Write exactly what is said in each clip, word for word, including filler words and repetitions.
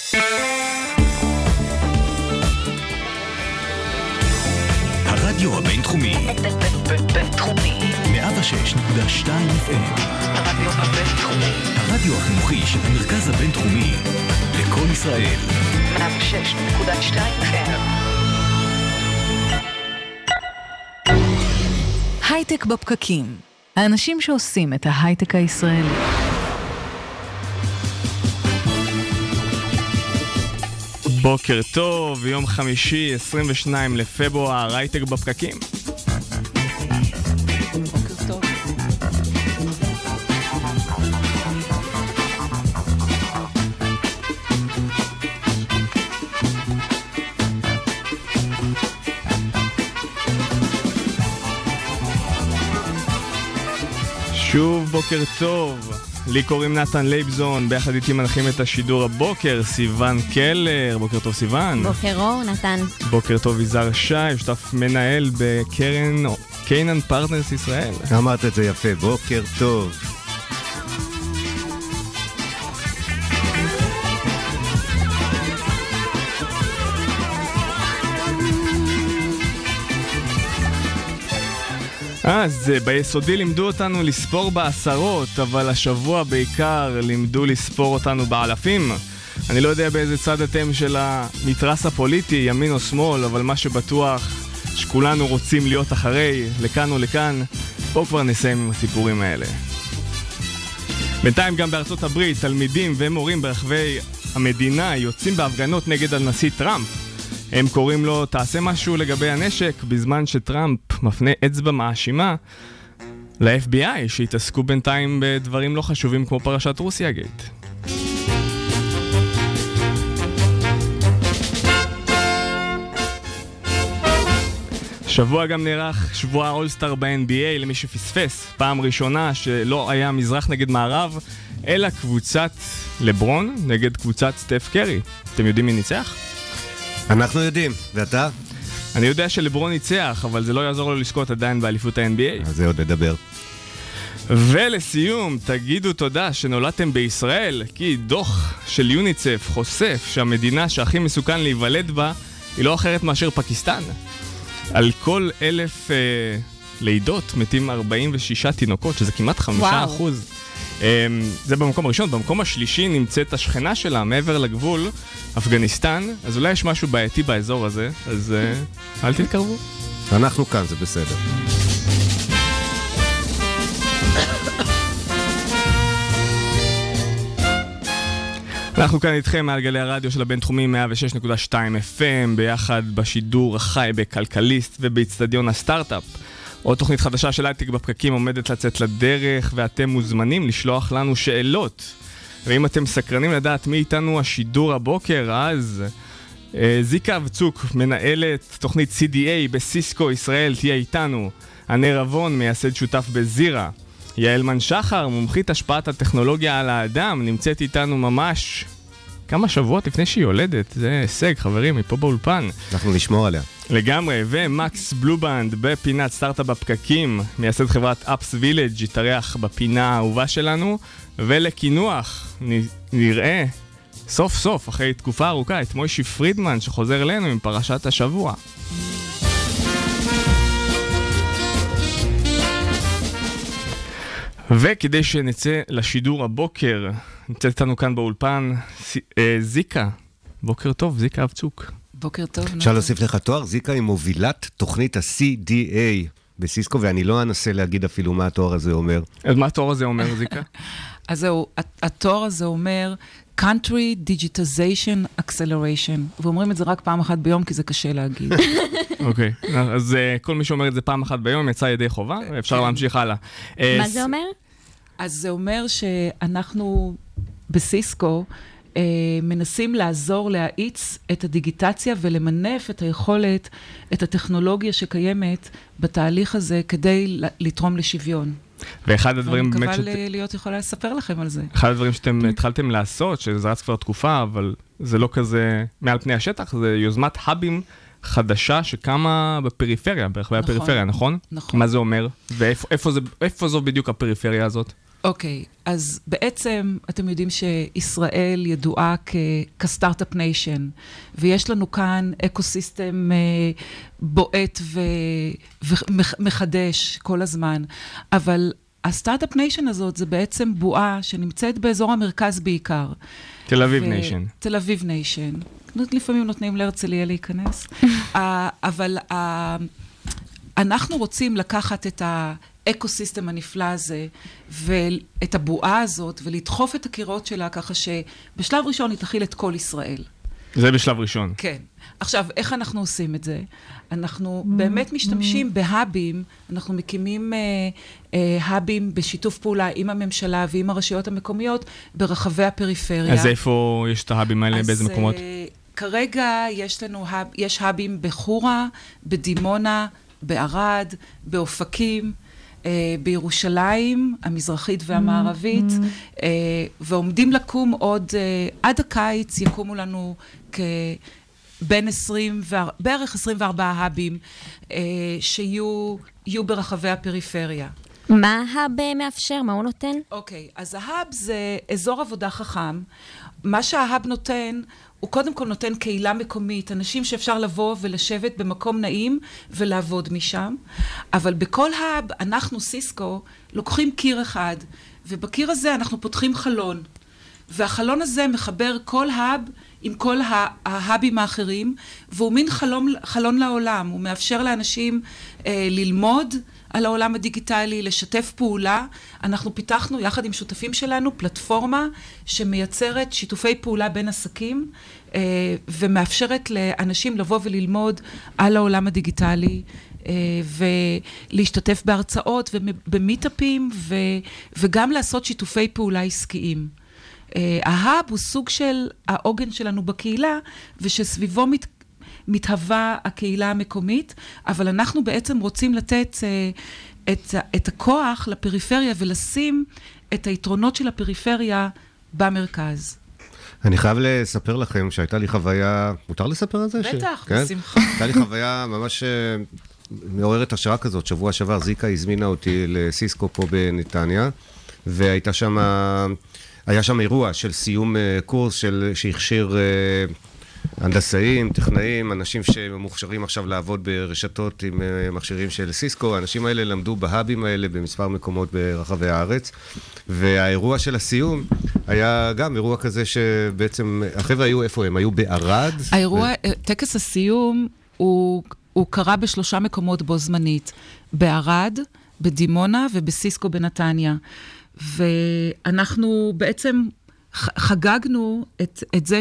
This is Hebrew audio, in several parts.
הרדיו הבינתחומי. בינתחומי. מאה ושש נקודה שתיים אף אם. הרדיו הבינתחומי. הרדיו החינוכי של המרכז הבינתחומי. לקול ישראל. מאה ושש נקודה שתיים אף אם. הייטק בפקקים. האנשים שעושים את ההייטק הישראלי. בוקר טוב, יום חמישי, עשרים ושניים לפברואר, הייטק בפקקים. בוקר טוב. שוב בוקר טוב. לי קוראים נתן לייבזון, ביחד איתי מנחים את השידור הבוקר, סיוון קלר. בוקר טוב סיוון. בוקר אור נתן. בוקר טוב יזהר שי, שותף מנהל בקרן קיינן פרטנרס ישראל. אמרת את זה יפה, בוקר טוב. אז ביסודי לימדו אותנו לספור בעשרות, אבל השבוע בעיקר לימדו לספור אותנו באלפים. אני לא יודע באיזה צד אתם של המתרס הפוליטי, ימין או שמאל, אבל מה שבטוח שכולנו רוצים להיות אחרי, לכאן או לכאן. פה כבר נסיים עם הסיפורים האלה. בינתיים גם בארצות הברית, תלמידים ומורים ברחבי המדינה יוצאים בהפגנות נגד הנשיא טראמפ. הם קוראים לו תעשה משהו לגבי הנשק, בזמן שטראמפ מפנה אצבע מאשימה ל-אף בי איי שהתעסקו בינתיים בדברים לא חשובים כמו פרשת רוסיה גייט. שבוע גם נערך שבוע אולסטאר ב-אן בי איי למי שפספס. פעם ראשונה שלא היה מזרח נגד מערב, אלא קבוצת לברון נגד קבוצת סטף קרי. אתם יודעים מי ניצח? אנחנו יודעים, ואתה? אני יודע שלברון ניצח, אבל זה לא יעזור לו לזכות עדיין באליפות ה-אן בי איי. אז זה עוד לדבר. ולסיום, תגידו תודה שנולדתם בישראל, כי דוח של יוניצף חושף שהמדינה שהכי מסוכן להיוולד בה היא לא אחרת מאשר פקיסטן. על כל אלף אה, לידות מתים ארבעים ושישה תינוקות, שזה כמעט חמישה אחוז. זה במקום הראשון. במקום השלישי נמצאת השכנה שלה מעבר לגבול, אפגניסטן. אז אולי יש משהו בעייתי באזור הזה, אז אל תתקרבו. אנחנו כאן, זה בסדר. אנחנו כאן איתכם מעל גלי הרדיו של הבינתחומי מאה ושש נקודה שתיים אף אם, ביחד בשידור החי בכלכליסט ובאצטדיון הסטארט-אפ. עוד תוכנית חדשה של הייטק בפקקים עומדת לצאת לדרך, ואתם מוזמנים לשלוח לנו שאלות. ואם אתם סקרנים לדעת מי איתנו השידור הבוקר, אז אה, זיקה אבצוק, מנהלת תוכנית סי די איי בסיסקו ישראל, תהיה איתנו. ענה רבון, מייסד שותף בזירה. יעל מן שחר, מומחית השפעת הטכנולוגיה על האדם, נמצאת איתנו ממש כמה שבועות לפני שהיא יולדת. זה הישג, חברים, מפה באולפן. אנחנו נשמור עליה. לגמרי, ומקס בלובנד בפינת סטארט-אפ בפקקים, מייסד חברת אפס וילג' יתארח בפינה האהובה שלנו, ולכינוח נראה סוף סוף, אחרי תקופה ארוכה, את מוישי פרידמן שחוזר אלינו עם פרשת השבוע. וכדי שנצא לשידור הבוקר, נמצאת איתנו כאן באולפן זיקה. בוקר טוב, זיקה אבצוק. בוקר טוב. אפשר להוסיף לך תואר, זיקה היא מובילת תוכנית ה-סי די איי בסיסקו, ואני לא אנסה להגיד אפילו מה התואר הזה אומר. אז מה התואר הזה אומר, זיקה? אז זהו, התואר הזה אומר Country Digitization Acceleration, ואומרים את זה רק פעם אחת ביום, כי זה קשה להגיד. אוקיי, אז כל מי שאומר את זה פעם אחת ביום יצא ידי חובה, אפשר להמשיך הלאה. מה זה אומר? אז זה אומר שאנחנו בסיסקו מנסים לעזור להאיץ את הדיגיטציה ולמנף את היכולת, את הטכנולוגיה שקיימת בתהליך הזה כדי לתרום לשוויון. ואחד הדברים באמת... אני מקווה שת... להיות יכולה לספר לכם על זה. אחד הדברים שאתם התחלתם לעשות, שזה רץ כבר תקופה, אבל זה לא כזה מעל פני השטח, זה יוזמת האבים חדשה שקמה בפריפריה, ברחבי נכון, הפריפריה, נכון? נכון. מה זה אומר? ואיפה איפה זה, איפה זו בדיוק הפריפריה הזאת? אוקיי, אז בעצם אתם יודעים שישראל ידועה כסטארט-אפ ניישן, ויש לנו כאן אקוסיסטם בועט ומחדש כל הזמן, אבל הסטארט-אפ ניישן הזאת זה בעצם בועה שנמצאת באזור המרכז בעיקר. תל אביב ניישן. תל אביב ניישן. לפעמים נותנים להרצליה להיכנס, אבל אנחנו רוצים לקחת את ה... אקוסיסטם הנפלא הזה, ואת הבועה הזאת, ולדחוף את הקירות שלה, ככה שבשלב ראשון היא תכיל את כל ישראל. זה בשלב ראשון. כן. עכשיו, איך אנחנו עושים את זה? אנחנו באמת משתמשים בהאבים, אנחנו מקימים אה, אה, האבים בשיתוף פעולה עם הממשלה ועם הרשויות המקומיות, ברחבי הפריפריה. אז איפה יש את ההאבים האלה, באיזה מקומות? אז אה, כרגע יש לנו, יש האבים בחורה, בדימונה, בערד, באופקים, בירושלים, המזרחית והמערבית, ועומדים לקום עוד, עד הקיץ יקומו לנו בין עשרים, בערך עשרים וארבעה האבים, שיהיו ברחבי הפריפריה. מה ההאב מאפשר? מה הוא נותן? אוקיי, אז ההאב זה אזור עבודה חכם. מה שההאב נותן, הוא קודם כל נותן קהילה מקומית, אנשים שאפשר לבוא ולשבת במקום נעים ולעבוד משם. אבל בכל ההאב, אנחנו, סיסקו, לוקחים קיר אחד, ובקיר הזה אנחנו פותחים חלון. והחלון הזה מחבר כל האב עם כל ההאבים האחרים, והוא מין חלום, חלון לעולם. הוא מאפשר לאנשים אה, ללמוד על העולם הדיגיטלי, לשתף פעולה. אנחנו פיתחנו יחד עם שותפים שלנו פלטפורמה שמייצרת שיתופי פעולה בין עסקים, אה, ומאפשרת לאנשים לבוא וללמוד על העולם הדיגיטלי, אה, ולהשתתף בהרצאות ובמיטאפים, ו, וגם לעשות שיתופי פעולה עסקיים. ההאב הוא סוג של העוגן שלנו בקהילה, ושסביבו מת, מתהווה הקהילה המקומית, אבל אנחנו בעצם רוצים לתת את, את הכוח לפריפריה, ולשים את היתרונות של הפריפריה במרכז. אני חייב לספר לכם שהייתה לי חוויה, מותר לספר על זה? בטח, ש... בשמחה. הייתה לי חוויה ממש מעוררת השראה כזאת. שבוע שעבר זיקה הזמינה אותי לסיסקו פה בנתניה, והייתה שם... היה שם אירוע של סיום קורס של, שהכשיר הנדסאים, טכנאים, אנשים שמוכשרים עכשיו לעבוד ברשתות עם מכשירים של סיסקו. האנשים האלה למדו בהאבים האלה במספר מקומות ברחבי הארץ, והאירוע של הסיום היה גם אירוע כזה שבעצם, החבר'ה היו איפה הם? היו בערד? האירוע, ו... טקס הסיום הוא, הוא קרה בשלושה מקומות בו זמנית, בערד, בדימונה ובסיסקו בנתניה. ואנחנו בעצם חגגנו את, את זה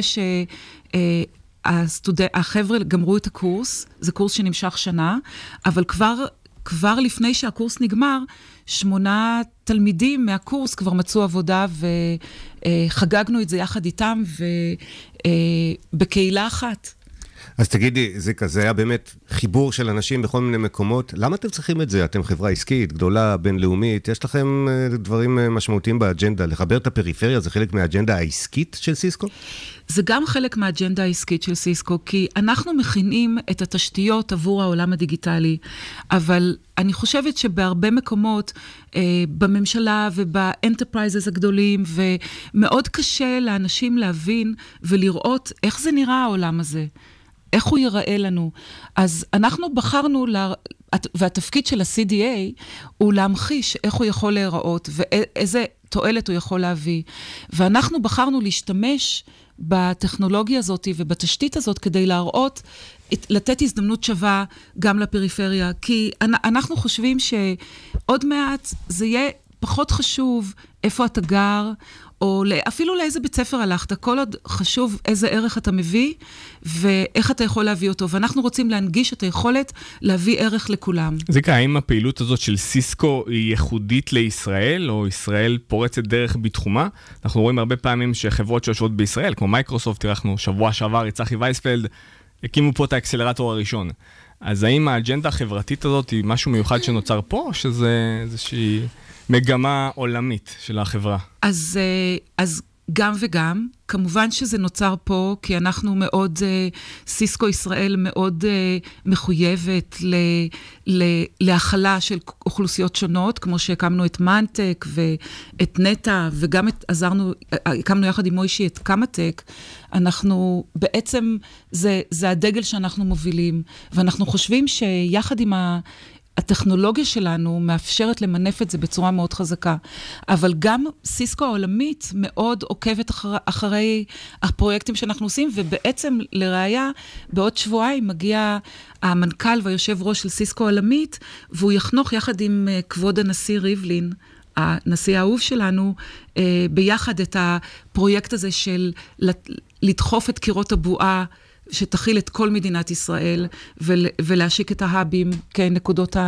שהחבר'ה גמרו את הקורס, זה קורס שנמשך שנה, אבל כבר, כבר לפני שהקורס נגמר, שמונה תלמידים מהקורס כבר מצאו עבודה, וחגגנו את זה יחד איתם, ובקהילה אחת. אז תגידי, זיקה, זה היה באמת חיבור של אנשים בכל מיני מקומות. למה אתם צריכים את זה? אתם חברה עסקית, גדולה, בינלאומית. יש לכם דברים משמעותיים באג'נדה. לחבר את הפריפריה זה חלק מהאג'נדה העסקית של סיסקו? זה גם חלק מהאג'נדה העסקית של סיסקו, כי אנחנו מכינים את התשתיות עבור העולם הדיגיטלי, אבל אני חושבת שבהרבה מקומות, אה, בממשלה ובאנטרפרייזס הגדולים, ומאוד קשה לאנשים להבין ולראות איך זה נראה העולם הזה. איך הוא ייראה לנו. אז אנחנו בחרנו, לה, והתפקיד של ה-סי די איי הוא להמחיש איך הוא יכול להיראות, ואיזה תועלת הוא יכול להביא. ואנחנו בחרנו להשתמש בטכנולוגיה הזאת ובתשתית הזאת, כדי להראות, לתת הזדמנות שווה גם לפריפריה. כי אנחנו חושבים שעוד מעט זה יהיה פחות חשוב איפה אתה גר, או אפילו לאיזה בית ספר הלכת, כל עוד חשוב איזה ערך אתה מביא, ואיך אתה יכול להביא אותו. ואנחנו רוצים להנגיש את היכולת להביא ערך לכולם. זיקה, האם הפעילות הזאת של סיסקו היא ייחודית לישראל, או ישראל פורצת דרך בתחומה? אנחנו רואים הרבה פעמים שחברות שיושבות בישראל, כמו מייקרוסופט, תראינו שבוע שעבר, צחי וייספלד, הקימו פה את האקסלרטור הראשון. אז האם האג'נדה החברתית הזאת היא משהו מיוחד שנוצר פה, או שזה איזושהי מגמה עולמית של החברה? אז, אז גם וגם, כמובן שזה נוצר פה, כי אנחנו מאוד, סיסקו ישראל מאוד מחויבת ל, ל, להכלה של אוכלוסיות שונות, כמו שהקמנו את מנטק ואת נטה, וגם את, עזרנו, הקמנו יחד עם מוישי את קמטק, אנחנו בעצם, זה, זה הדגל שאנחנו מובילים, ואנחנו חושבים שיחד עם ה... הטכנולוגיה שלנו מאפשרת למנף את זה בצורה מאוד חזקה, אבל גם סיסקו העולמית מאוד עוקבת אחר, אחרי הפרויקטים שאנחנו עושים, ובעצם לראיה, בעוד שבועיים מגיע המנכ"ל והיושב ראש של סיסקו העולמית, והוא יחנוך יחד עם כבוד הנשיא ריבלין, הנשיא האהוב שלנו, ביחד את הפרויקט הזה של לדחוף את קירות הבועה, שתכיל את כל מדינת ישראל, ולהשיק את ההאבים כנקודות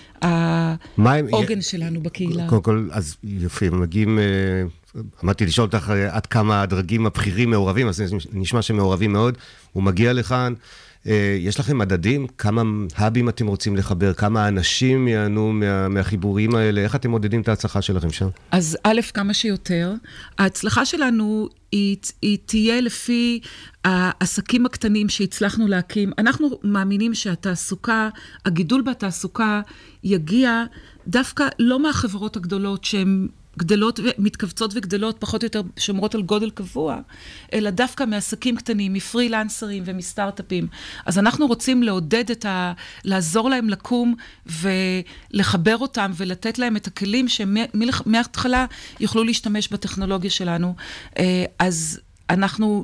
העוגן שלנו בקהילה. קודם כל, אז יופי, מגיעים, אמרתי לשאול אותך עד כמה הדרגים הבכירים מעורבים, אז נשמע שמעורבים מאוד, הוא מגיע לכאן, יש לכם מדדים? כמה האבים אתם רוצים לחבר? כמה אנשים יענו מה, מהחיבורים האלה? איך אתם מודדים את ההצלחה שלכם שם? אז א', כמה שיותר. ההצלחה שלנו היא, היא תהיה לפי העסקים הקטנים שהצלחנו להקים. אנחנו מאמינים שהתעסוקה, הגידול בתעסוקה יגיע דווקא לא מהחברות הגדולות שהן גדלות ומתכווצות וגדלות, פחות או יותר שומרות על גודל קבוע, אלא דווקא מעסקים קטנים, מפרילנסרים ומסטארט-אפים. אז אנחנו רוצים לעודד את ה... לעזור להם לקום ולחבר אותם ולתת להם את הכלים שמההתחלה יוכלו להשתמש בטכנולוגיה שלנו. אז אנחנו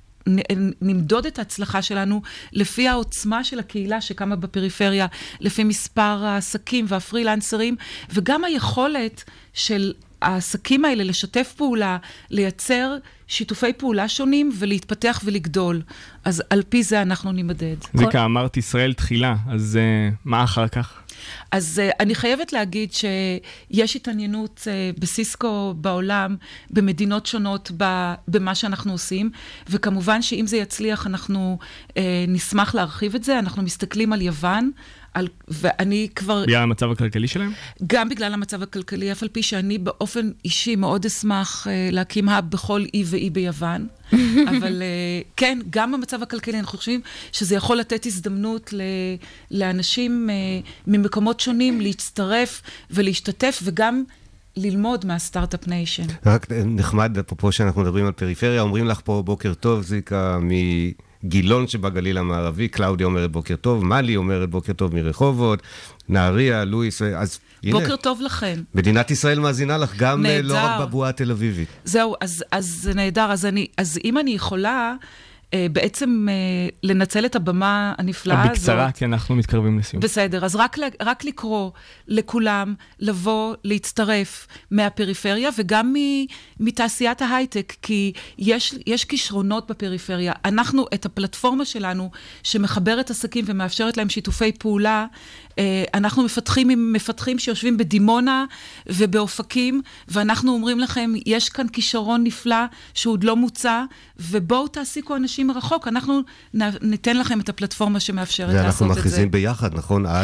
נמדוד את ההצלחה שלנו לפי העוצמה של הקהילה שקמה בפריפריה, לפי מספר העסקים והפרילנסרים, וגם היכולת של העסקים האלה לשתף פעולה, לייצר שיתופי פעולה שונים ולהתפתח ולגדול. אז על פי זה אנחנו נמדד. זיקה, כל... אמרת ישראל תחילה, אז uh, מה אחר כך? אז uh, אני חייבת להגיד שיש התעניינות uh, בסיסקו בעולם, במדינות שונות ב, במה שאנחנו עושים, וכמובן שאם זה יצליח אנחנו uh, נשמח להרחיב את זה. אנחנו מסתכלים על יוון, על, ואני כבר... בגלל המצב הכלכלי שלהם? גם בגלל המצב הכלכלי, אף על פי שאני באופן אישי מאוד אשמח uh, להקים האב בכל אי ואי ביוון. אבל uh, כן, גם במצב הכלכלי אנחנו חושבים שזה יכול לתת הזדמנות ל, לאנשים uh, ממקומות שונים להצטרף ולהשתתף וגם ללמוד מהסטארט-אפ ניישן. רק נחמד, אפרופו שאנחנו מדברים על פריפריה, אומרים לך פה בוקר טוב, זיקה, מ... גילון שבגליל המערבי, קלאודיה אומרת בוקר טוב, מלי אומרת בוקר טוב מרחובות, נהריה, לואיס, אז הנה. בוקר טוב לכם. מדינת ישראל מאזינה לך גם נהדר. לא רק בבועה התל אביבית. זהו, אז, אז זה נהדר, אז, אני, אז אם אני יכולה אה, בעצם אה, לנצל את הבמה הנפלאה הזאת. בקצרה, כי אנחנו מתקרבים לסיום. בסדר, אז רק, רק לקרוא לכולם, לבוא, להצטרף מהפריפריה, וגם מתעשיית ההייטק, כי יש, יש כישרונות בפריפריה. אנחנו, את הפלטפורמה שלנו, שמחברת עסקים ומאפשרת להם שיתופי פעולה, אנחנו מפתחים עם מפתחים שיושבים בדימונה ובאופקים, ואנחנו אומרים לכם, יש כאן כישרון נפלא שהוא עוד לא מוצא, ובואו תעסיקו אנשים מרחוק, אנחנו ניתן לכם את הפלטפורמה שמאפשרת לעשות את זה. ואנחנו מכריזים ביחד, נכון? על?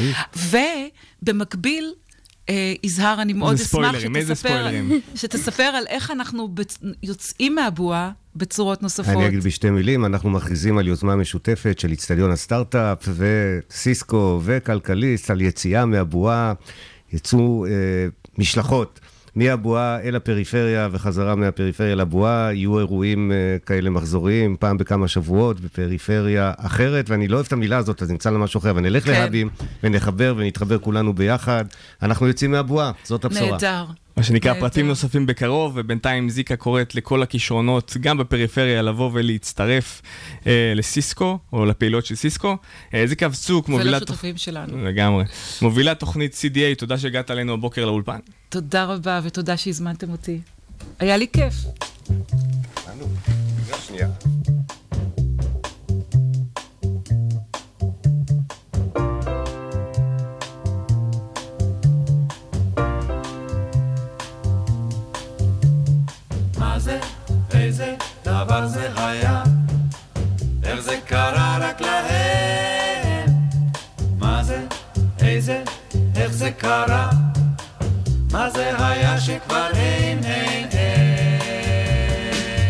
ובמקביל, יזהר, אני מאוד אשמח שתספר, שתספר על איך אנחנו יוצאים מהבועה בצורות נוספות. אני אגיד בשתי מילים, אנחנו מכריזים על יוזמה משותפת של אצטדיון הסטארט-אפ וסיסקו וכלכליסט על יציאה מהבועה, יצאו אה, משלחות מהבועה אל הפריפריה וחזרה מהפריפריה לבועה, יהיו אירועים אה, כאלה מחזוריים, פעם בכמה שבועות בפריפריה אחרת, ואני לא אוהב את המילה הזאת, אז נמצא למשהו אחר, ונלך כן. להבים ונחבר ונתחבר כולנו ביחד, אנחנו יוצאים מהבועה, זאת הבשורה. נהדר. מה שנקרא פרטים נוספים בקרוב, ובינתיים זיקה קוראת לכל הכישרונות, גם בפריפריה, לבוא ולהצטרף אה, לסיסקו, או לפעילות של סיסקו. אה, זיקה וצוק, מובילה... ולשותפים שלנו. לגמרי. מובילה תוכנית סי די איי, תודה שהגעת עלינו הבוקר לאולפן. תודה רבה, ותודה שהזמנתם אותי. היה לי כיף. אנו, שנייה. איזה דבר זה היה, איך זה קרה רק להם, מה זה, איזה, איך זה קרה, מה זה היה שכבר אין, אין, אין.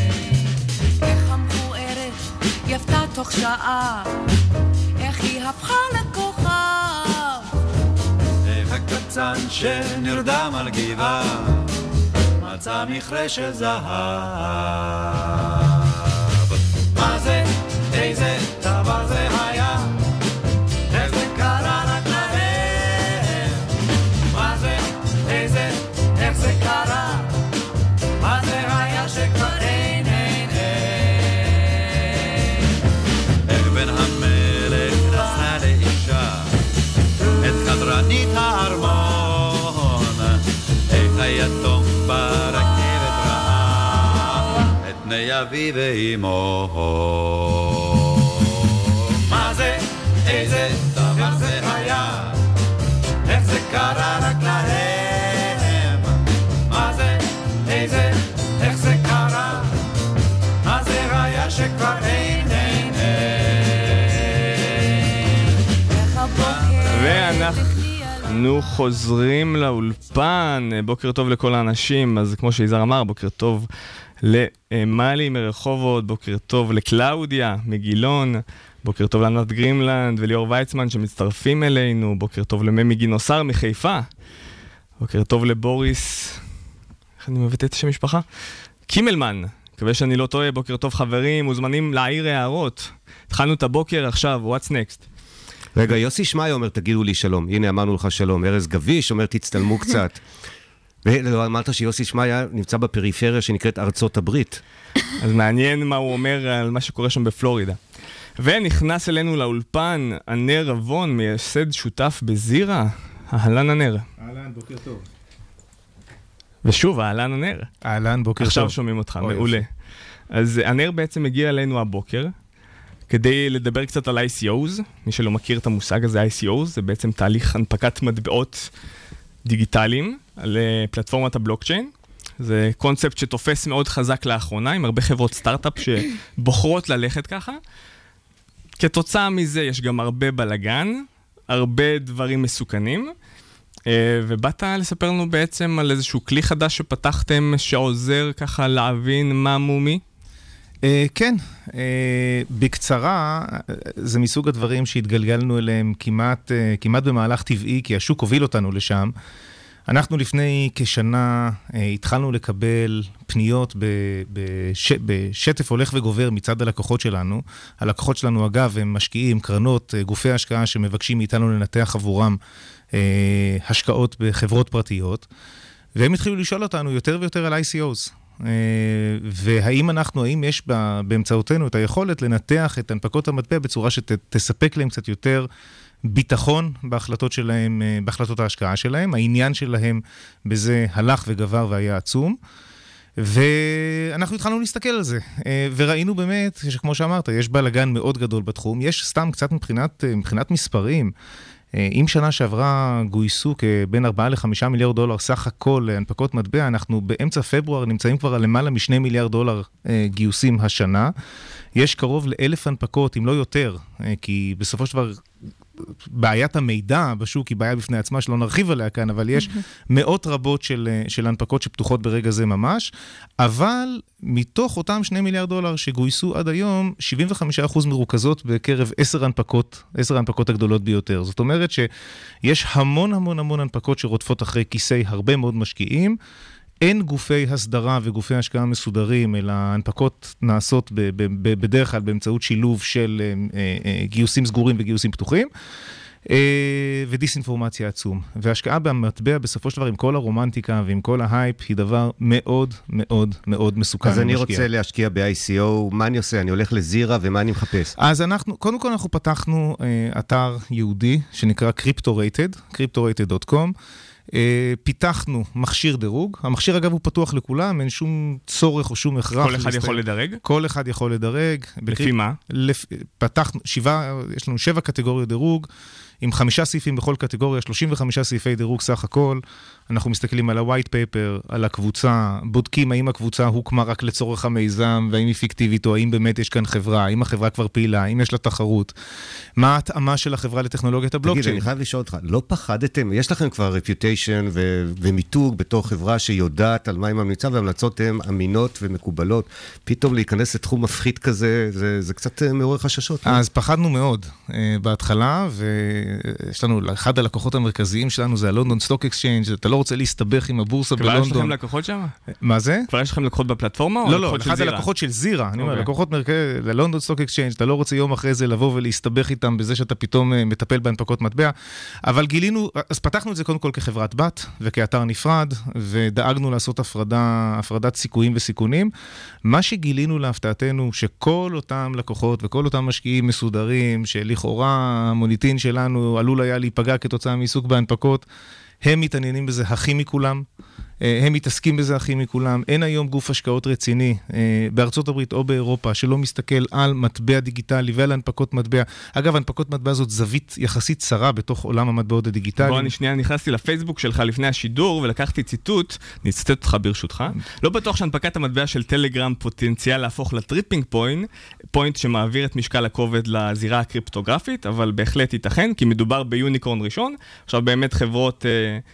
תוך שעה, איך היא הפכה לכוכב. איך הקצן שנרדם על גבעה מצא מכרה של זהב. מה זה, איזה דבר זה היה, איך זה קרה רק להם. מה זה, איזה, איך זה קרה, מה זה היה שכבר אין אין אין. איך בן המלך נסע לאישה את חדרנית הארמון, איך היתום ברכבת ראה את בני אבי ואמו. מה זה, איזה דבר זה היה, איך זה קרה רק להם. מה זה, איזה, איך זה קרה, מה זה היה שכבר אין אין אין. איך הבוקר ואנחנו חוזרים לאולפן. בוקר טוב לכל האנשים. אז כמו שיזהר אמר, בוקר טוב למלי מרחובות, בוקר טוב לקלאודיה מגילון, בוקר טוב לענת גרימלנד וליאור ויצמן שמצטרפים אלינו, בוקר טוב לממי גינוסר מחיפה, בוקר טוב לבוריס, איך אני מבטא את השם משפחה? קימלמן, מקווה שאני לא טועה. בוקר טוב חברים, מוזמנים להעיר הערות. התחלנו את הבוקר עכשיו, what's next? רגע, יוסי שמאי אומר, תגידו לי שלום. הנה, אמרנו לך שלום. ארז גביש אומר, תצטלמו קצת. ולא אמרת שיוסי שמאי נמצא בפריפריה שנקראת ארצות הברית. אז מעניין מה הוא אומר על מה שקורה שם בפלורידה. ונכנס אלינו לאולפן ענר רבון, מייסד שותף בזירה. אהלן ענר. אהלן, בוקר טוב. ושוב, אהלן ענר. אהלן, בוקר טוב. עכשיו שומעים אותך, מעולה. אז ענר בעצם הגיע אלינו הבוקר, כדי לדבר קצת על איי סי או'ס. מי שלא מכיר את המושג הזה, איי סי או'ס, זה בעצם תהליך הנפקת מטבעות דיגיטליים על פלטפורמת הבלוקצ'יין. זה קונספט שתופס מאוד חזק לאחרונה, עם הרבה חברות סטארט-אפ שבוחרות ללכת ככה. כתוצאה מזה יש גם הרבה בלגן, הרבה דברים מסוכנים, ובאת לספר לנו בעצם על איזשהו כלי חדש שפתחתם שעוזר ככה להבין מה מומי? כן, בקצרה, זה מסוג הדברים שהתגלגלנו אליהם כמעט, כמעט במהלך טבעי, כי השוק הוביל אותנו לשם. אנחנו לפני כשנה התחלנו לקבל פניות בש, בשטף הולך וגובר מצד הלקוחות שלנו. הלקוחות שלנו אגב הם משקיעים, קרנות, גופי השקעה שמבקשים מאיתנו לנתח עבורם השקעות בחברות פרטיות, והם התחילו לשאול אותנו יותר ויותר על איי סי או'ס. והאם אנחנו, האם יש באמצעותנו את היכולת לנתח את הנפקות המטבע בצורה שתספק להם קצת יותר ביטחון בהחלטות שלהם, בהחלטות ההשקעה שלהם. העניין שלהם בזה הלך וגבר והיה עצום. ואנחנו התחלנו להסתכל על זה. וראינו באמת, שכמו שאמרת, יש בלגן מאוד גדול בתחום. יש סתם קצת מבחינת, מבחינת מספרים. אם שנה שעברה גויסו כבין ארבעה לחמישה מיליארד דולר סך הכל להנפקות מטבע, אנחנו באמצע פברואר נמצאים כבר על למעלה משני מיליארד דולר גיוסים השנה. יש קרוב לאלף הנפקות, אם לא יותר, כי בסופו של דבר בעיית המידע בשוק היא בעיה בפני עצמה שלא נרחיב עליה כאן, אבל יש מאות רבות של, של הנפקות שפתוחות ברגע זה ממש, אבל מתוך אותם שני מיליארד דולר שגויסו עד היום, שבעים וחמישה אחוז מרוכזות בקרב עשר הנפקות, עשר הנפקות הגדולות ביותר. זאת אומרת שיש המון המון המון הנפקות שרודפות אחרי כיסי הרבה מאוד משקיעים, אין גופי הסדרה וגופי השקעה מסודרים, אלא הנפקות נעשות ב- ב- ב- בדרך כלל באמצעות שילוב של אה, אה, גיוסים סגורים וגיוסים פתוחים, אה, ודיסאינפורמציה עצום. והשקעה במטבע בסופו של דבר עם כל הרומנטיקה ועם כל ההייפ היא דבר מאוד מאוד מאוד מסוכן. אז אני רוצה להשקיע ב-איי סי או, מה אני עושה? אני הולך לזירה ומה אני מחפש? אז אנחנו, קודם כל אנחנו פתחנו אה, אתר יהודי שנקרא קריפטורייטד, קריפטורייטד דוט קום. Uh, פיתחנו מכשיר דירוג. המכשיר אגב הוא פתוח לכולם, אין שום צורך או שום הכרח. כל אחד להסתכל. יכול לדרג? כל אחד יכול לדרג. לפי בקריפ... מה? לפ... פתחנו, שבע, יש לנו שבע קטגוריות דירוג, עם חמישה סעיפים בכל קטגוריה, שלושים וחמישה סעיפי דירוג סך הכל. אנחנו מסתכלים על ה-white paper, על הקבוצה, בודקים האם הקבוצה הוקמה רק לצורך המיזם, והאם היא פיקטיבית, או האם באמת יש כאן חברה, האם החברה כבר פעילה, האם יש לה תחרות, מה ההתאמה של החברה לטכנולוגיית הבלוקצ'יין. תגיד, אני חייב לשאול אותך, לא פחדתם, יש לכם כבר reputation ו- ומיתוג בתור חברה שיודעת על מה היא ממליצה, והמלצות הן אמינות ומקובלות, פתאום להיכנס לתחום מפחיד כזה, זה, זה קצת מעורר חששות. אז פחדנו מאוד uh, בהתחלה, ויש לנו, אחד הלקוחות המרכזיים שלנו זה הלונדון סטוק אקסצ'יינג', אתה לא רוצה להסתבך עם הבורסה בלונדון. כבר יש לכם לקוחות שם? מה זה? כבר יש לכם לקוחות בפלטפורמה? לא, לא, אחד הלקוחות של זירה. אני אומר, לקוחות מרכז, ללונדון סטוק אקסצ'יינג', אתה לא רוצה יום אחרי זה לבוא ולהסתבך איתם בזה שאתה פתאום מטפל בהנפקות מטבע, אבל גילינו, אז פתחנו את זה קודם כל כחברת בת וכאתר נפרד, ודאגנו לעשות הפרדה, הפרדת סיכויים וסיכונים. מה שגילינו להפתעתנו, שכל אותם לקוחות וכל אותם משקיעים מסודרים, שלכאורה המוניטין שלנו עלול היה להיפגע כתוצאה מעיסוק בהנפקות, הם מתעניינים בזה הכי מכולם, הם מתעסקים בזה הכי מכולם. אין היום גוף השקעות רציני בארצות הברית או באירופה שלא מסתכל על מטבע דיגיטלי ועל הנפקות מטבע. אגב, הנפקות מטבע זאת זווית יחסית צרה בתוך עולם המטבעות הדיגיטליים. בוא, אני שנייה נכנסתי לפייסבוק שלך לפני השידור ולקחתי ציטוט, נצטט אותך ברשותך. לא בטוח שהנפקת המטבע של טלגרם פוטנציאל להפוך לטריפינג פוינט, פוינט שמעביר את משקל הכובד לזירה הקריפטוגרפית, אבל בהחלט ייתכן, כי מדובר ביוניקורן ראשון. עכשיו באמת חברות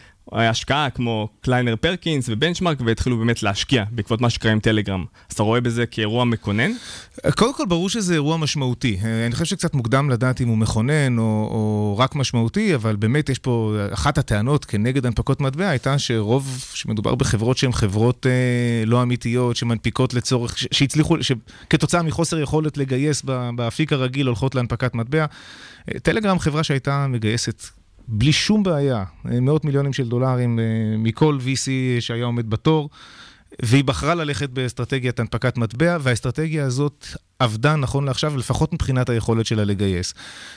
השקעה כמו קליינר פרקינס ובנצ'מרק, והתחילו באמת להשקיע בעקבות מה שקרה עם טלגרם. אז אתה רואה בזה כאירוע מכונן? קודם כל ברור שזה אירוע משמעותי. אני חושב שקצת מוקדם לדעת אם הוא מכונן או, או רק משמעותי, אבל באמת יש פה, אחת הטענות כנגד הנפקות מטבע הייתה שרוב שמדובר בחברות שהן חברות אה, לא אמיתיות, שמנפיקות לצורך, שהצליחו, שכתוצאה מחוסר יכולת לגייס באפיק הרגיל הולכות להנפקת מטבע. טלגרם חברה שהייתה מגייסת בלי שום בעיה, מאות מיליונים של דולרים מכל וי סי שהיה עומד בתור, והיא בחרה ללכת באסטרטגיית הנפקת מטבע, והאסטרטגיה הזאת עבדה נכון לעכשיו, לפחות מבחינת היכולת שלה לגייס.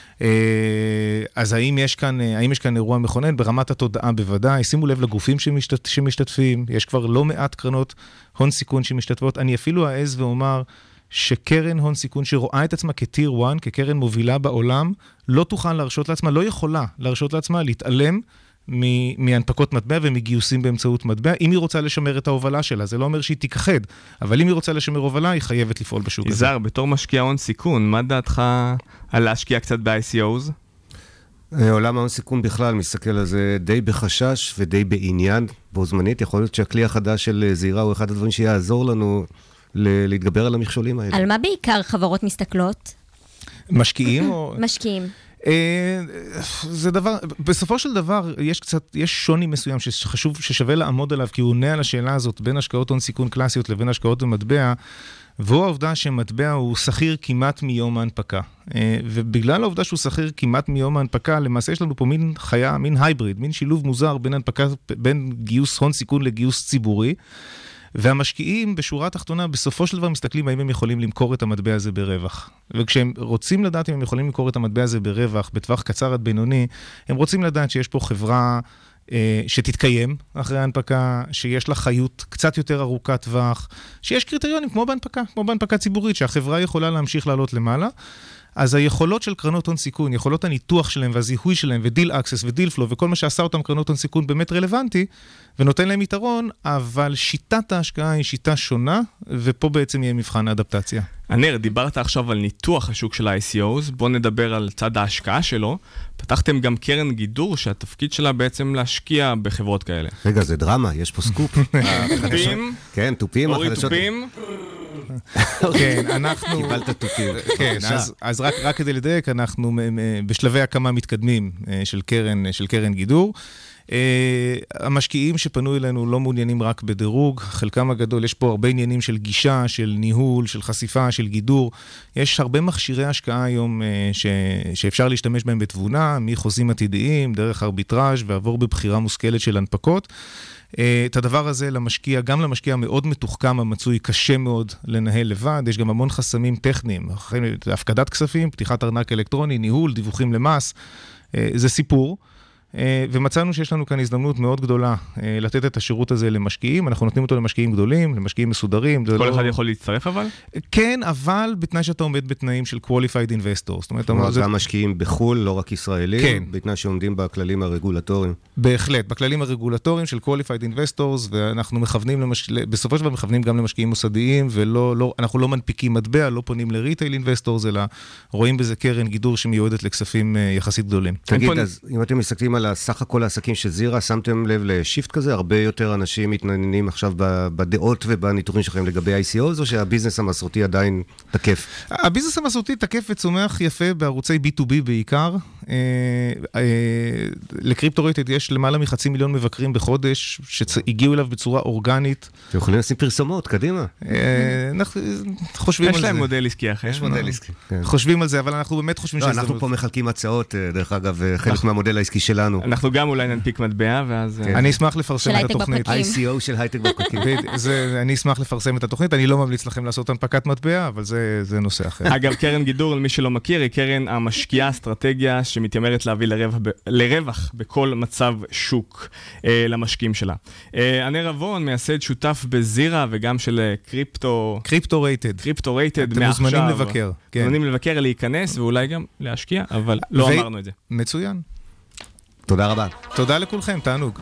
אז האם יש כאן, האם יש כאן אירוע מכונן? ברמת התודעה בוודאי, שימו לב לגופים שמשתת, שמשתתפים, יש כבר לא מעט קרנות הון סיכון שמשתתפות, אני אפילו אעז ואומר, שקרן הון סיכון שרואה את עצמה כטיר וואן, כקרן מובילה בעולם, לא תוכל להרשות לעצמה, לא יכולה להרשות לעצמה להתעלם מהנפקות מטבע ומגיוסים באמצעות מטבע, אם היא רוצה לשמר את ההובלה שלה. זה לא אומר שהיא תיכחד, אבל אם היא רוצה לשמר הובלה, היא חייבת לפעול בשוק הזה. יזהר, בתור משקיע הון סיכון, מה דעתך על להשקיע קצת ב-איי סי או'ס? עולם ההון סיכון בכלל מסתכל על זה די בחשש ודי בעניין, בו זמנית. יכול להיות שהכלי החדש של זהירה הוא אחד הדברים שיעזור לנו להתגבר על המכשולים האלה. על מה בעיקר חברות מסתכלות? משקיעים או... משקיעים. זה דבר, בסופו של דבר יש קצת, יש שוני מסוים שחשוב, ששווה לעמוד עליו, כי הוא עונה על השאלה הזאת בין השקעות הון סיכון קלאסיות לבין השקעות במטבע, והוא העובדה שמטבע הוא שכיר כמעט מיום ההנפקה. ובגלל העובדה שהוא שכיר כמעט מיום ההנפקה, למעשה יש לנו פה מין חיה, מין הייבריד, מין שילוב מוזר בין הנפקה, בין גיוס הון סיכון לגיוס ציבורי, והמשקיעים בשורה התחתונה בסופו של דבר מסתכלים האם הם יכולים למכור את המטבע הזה ברווח. וכשהם רוצים לדעת אם הם יכולים למכור את המטבע הזה ברווח, בטווח קצר עד בינוני, הם רוצים לדעת שיש פה חברה אה, שתתקיים אחרי ההנפקה, שיש לה חיות קצת יותר ארוכת טווח, שיש קריטריונים כמו בהנפקה, כמו בהנפקה ציבורית, שהחברה יכולה להמשיך לעלות למעלה. אז היכולות של קרנות הון סיכון, יכולות הניתוח שלהם והזיהוי שלהם ודיל אקסס ודיל פלו וכל מה שעשה אותם קרנות הון סיכון באמת רלוונטי ונותן להם יתרון, אבל שיטת ההשקעה היא שיטה שונה, ופה בעצם יהיה מבחן האדפטציה. ענר, דיברת עכשיו על ניתוח השוק של ה-איי סי או'ס, בוא נדבר על צד ההשקעה שלו. פתחתם גם קרן גידור שהתפקיד שלה בעצם להשקיע בחברות כאלה. רגע, זה דרמה, יש פה סקופ. טופים? כן, טופים. אורי טופים? כן, אנחנו... קיבלת טופים. כן, אז רק כדי לדייק, אנחנו בשלבי הקמה מתקדמים של קרן גידור. המשקיעים שפנו אלינו לא מעוניינים רק בדירוג, חלקם הגדול, יש פה הרבה עניינים של גישה, של ניהול, של חשיפה, של גידור. יש הרבה מכשירי השקעה היום ש... שאפשר להשתמש בהם בתבונה, מחוזים עתידיים, דרך ארביטראז' ועבור בבחירה מושכלת של הנפקות. את הדבר הזה למשקיע, גם למשקיע מאוד מתוחכם, המצוי קשה מאוד לנהל לבד, יש גם המון חסמים טכניים, הפקדת כספים, פתיחת ארנק אלקטרוני, ניהול, דיווחים למס, זה סיפור. ומצאנו שיש לנו כאן הזדמנות מאוד גדולה לתת את השירות הזה למשקיעים. אנחנו נותנים אותו למשקיעים גדולים, למשקיעים מסודרים. כל אחד יכול להצטרף אבל? כן, אבל בתנאי שאתה עומד בתנאים של qualified investors. זאת אומרת, גם משקיעים בחול, לא רק ישראלים, בתנאי שעומדים בכללים הרגולטוריים. בהחלט, בכללים הרגולטוריים של qualified investors, ואנחנו מכוונים, בסופו של דבר מכוונים גם למשקיעים מוסדיים, ואנחנו לא מנפיקים מטבע, לא פונים לריטייל אינבסטורס, אלא רואים בזה קרן גידור שמיועדת לכספים יחסית גדולים. תגיד, אז אם אתם מסתכלים על סך הכל העסקים של זירה, שמתם לב לשיפט כזה? הרבה יותר אנשים מתעניינים עכשיו בדעות ובניתוחים שלכם לגבי איי סי או, או שהביזנס המסורתי עדיין תקף? הביזנס המסורתי תקף וצומח יפה בערוצי בי טו בי בעיקר. לקריפטו-רייטד יש למעלה מחצי מיליון מבקרים בחודש, שהגיעו אליו בצורה אורגנית. אתם יכולים לשים פרסומות, קדימה. אנחנו חושבים על זה. יש להם מודל עסקי אחר. יש מודל עסקי. חושבים על זה, אבל אנחנו באמת חושבים שזה... לא, אנחנו פה מחלקים הצעות, דרך אגב, חלק מהמודל העסקי שלנו. אנחנו גם אולי ננפיק מטבע, ואז... אני אשמח לפרסם את התוכנית. איי סי או של הייטק בפקקים. אני אשמח לפרסם את התוכנית, אני לא ממליץ לכם לעשות הנפקת מטבע, אבל זה נושא אחר. אגב, קרן גידור, למי שלא מכיר, היא קרן המשקיעה אסטרטגיה שמתיימרת להביא לרווח בכל מצב שוק למשקיעים שלה. ענר רבון, מייסד שותף בזירה וגם של קריפטו... קריפטו-רייטד. קריפטו-רייטד אתם מוזמנים לבקר. מוזמנים לבקר, להיכנס ואולי גם להשקיע, אבל לא אמרנו את זה. מצוין. תודה רבה. תודה לכולכם, תענוג.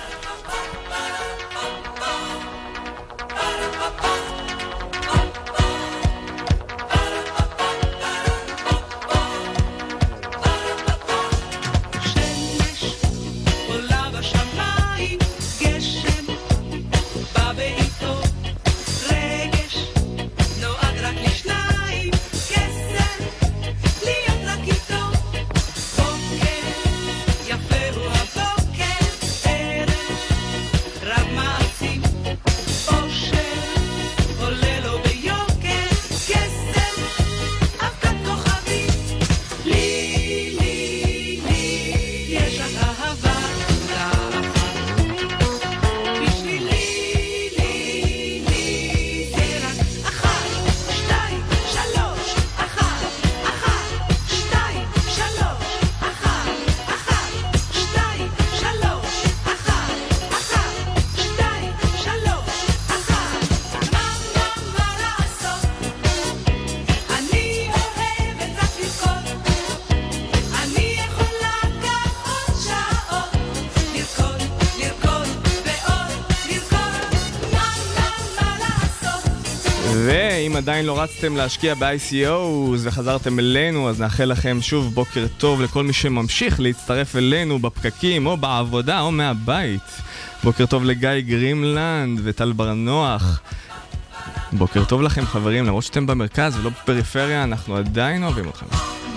ואם עדיין לא רצתם להשקיע ב-איי סי או וחזרתם אלינו, אז נאחל לכם שוב בוקר טוב לכל מי שממשיך להצטרף אלינו בפקקים או בעבודה או מהבית. בוקר טוב לגיא גרימלנד וטל ברנוח. בוקר טוב לכם חברים, למרות שאתם במרכז ולא בפריפריה, אנחנו עדיין אוהבים אתכם.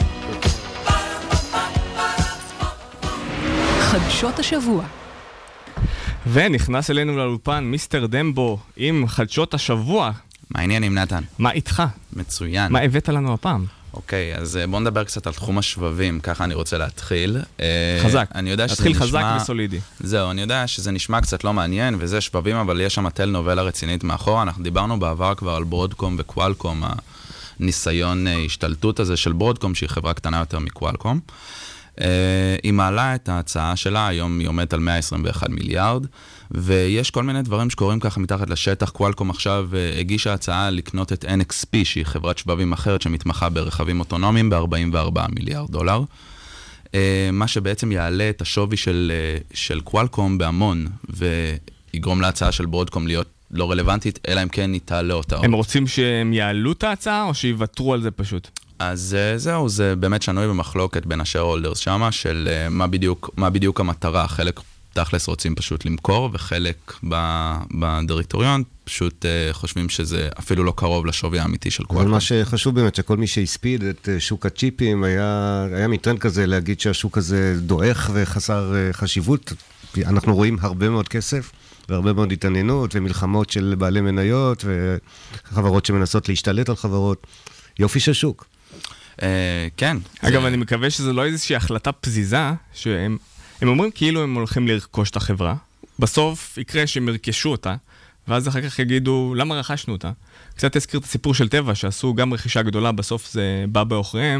חדשות השבוע. ונכנס אלינו לאולפן מיסטר דמבו עם חדשות השבוע. מה העניינים נתן? מה איתך? מצוין. מה הבאת לנו הפעם? אוקיי, אז בוא נדבר קצת על תחום השבבים, ככה אני רוצה להתחיל. חזק, אני יודע להתחיל שזה חזק נשמע... וסולידי. זהו, אני יודע שזה נשמע קצת לא מעניין, וזה שבבים, אבל יש שם תל נובלה רצינית מאחורה. אנחנו דיברנו בעבר כבר על ברודקום וקואלקום, הניסיון השתלטות הזה של ברודקום, שהיא חברה קטנה יותר מקואלקום. היא מעלה את ההצעה שלה, היום היא עומדת על מאה עשרים ואחד מיליארד, ויש כל מיני דברים שקורים ככה מתחת לשטח. קואלקום עכשיו הגישה הצעה לקנות את אן אקס פי, שהיא חברת שבבים אחרת שמתמחה ברכבים אוטונומיים ב-ארבעים וארבעה מיליארד דולר. מה שבעצם יעלה את השווי של, של קואלקום בהמון, ויגרום להצעה של ברודקום להיות לא רלוונטית, אלא אם כן ניתעלה אותה. הם רוצים שהם יעלו את ההצעה או שיוותרו על זה פשוט? אז זהו, זה באמת שנוי במחלוקת בין השאר-הולדרס שמה, של מה בדיוק, מה בדיוק המטרה. חלק תכלס רוצים פשוט למכור, וחלק בדירקטוריון פשוט חושבים שזה אפילו לא קרוב לשווי האמיתי של קואלקום. מה שחשוב באמת, שכל מי שהספיד את שוק הצ'יפים, היה, היה מטרנד כזה להגיד שהשוק הזה דועך וחסר חשיבות. אנחנו רואים הרבה מאוד כסף, והרבה מאוד התעניינות, ומלחמות של בעלי מניות, וחברות שמנסות להשתלט על חברות. יופי של שוק. כן. אגב, אני מקווה שזה לא איזושהי החלטה פזיזה, שהם אומרים כאילו הם הולכים לרכוש את החברה, בסוף יקרה שהם ירכשו אותה, ואז אחר כך יגידו, למה רכשנו אותה? קצת תזכיר את הסיפור של טבע, שעשו גם רכישה גדולה, בסוף זה בא באוכריהם,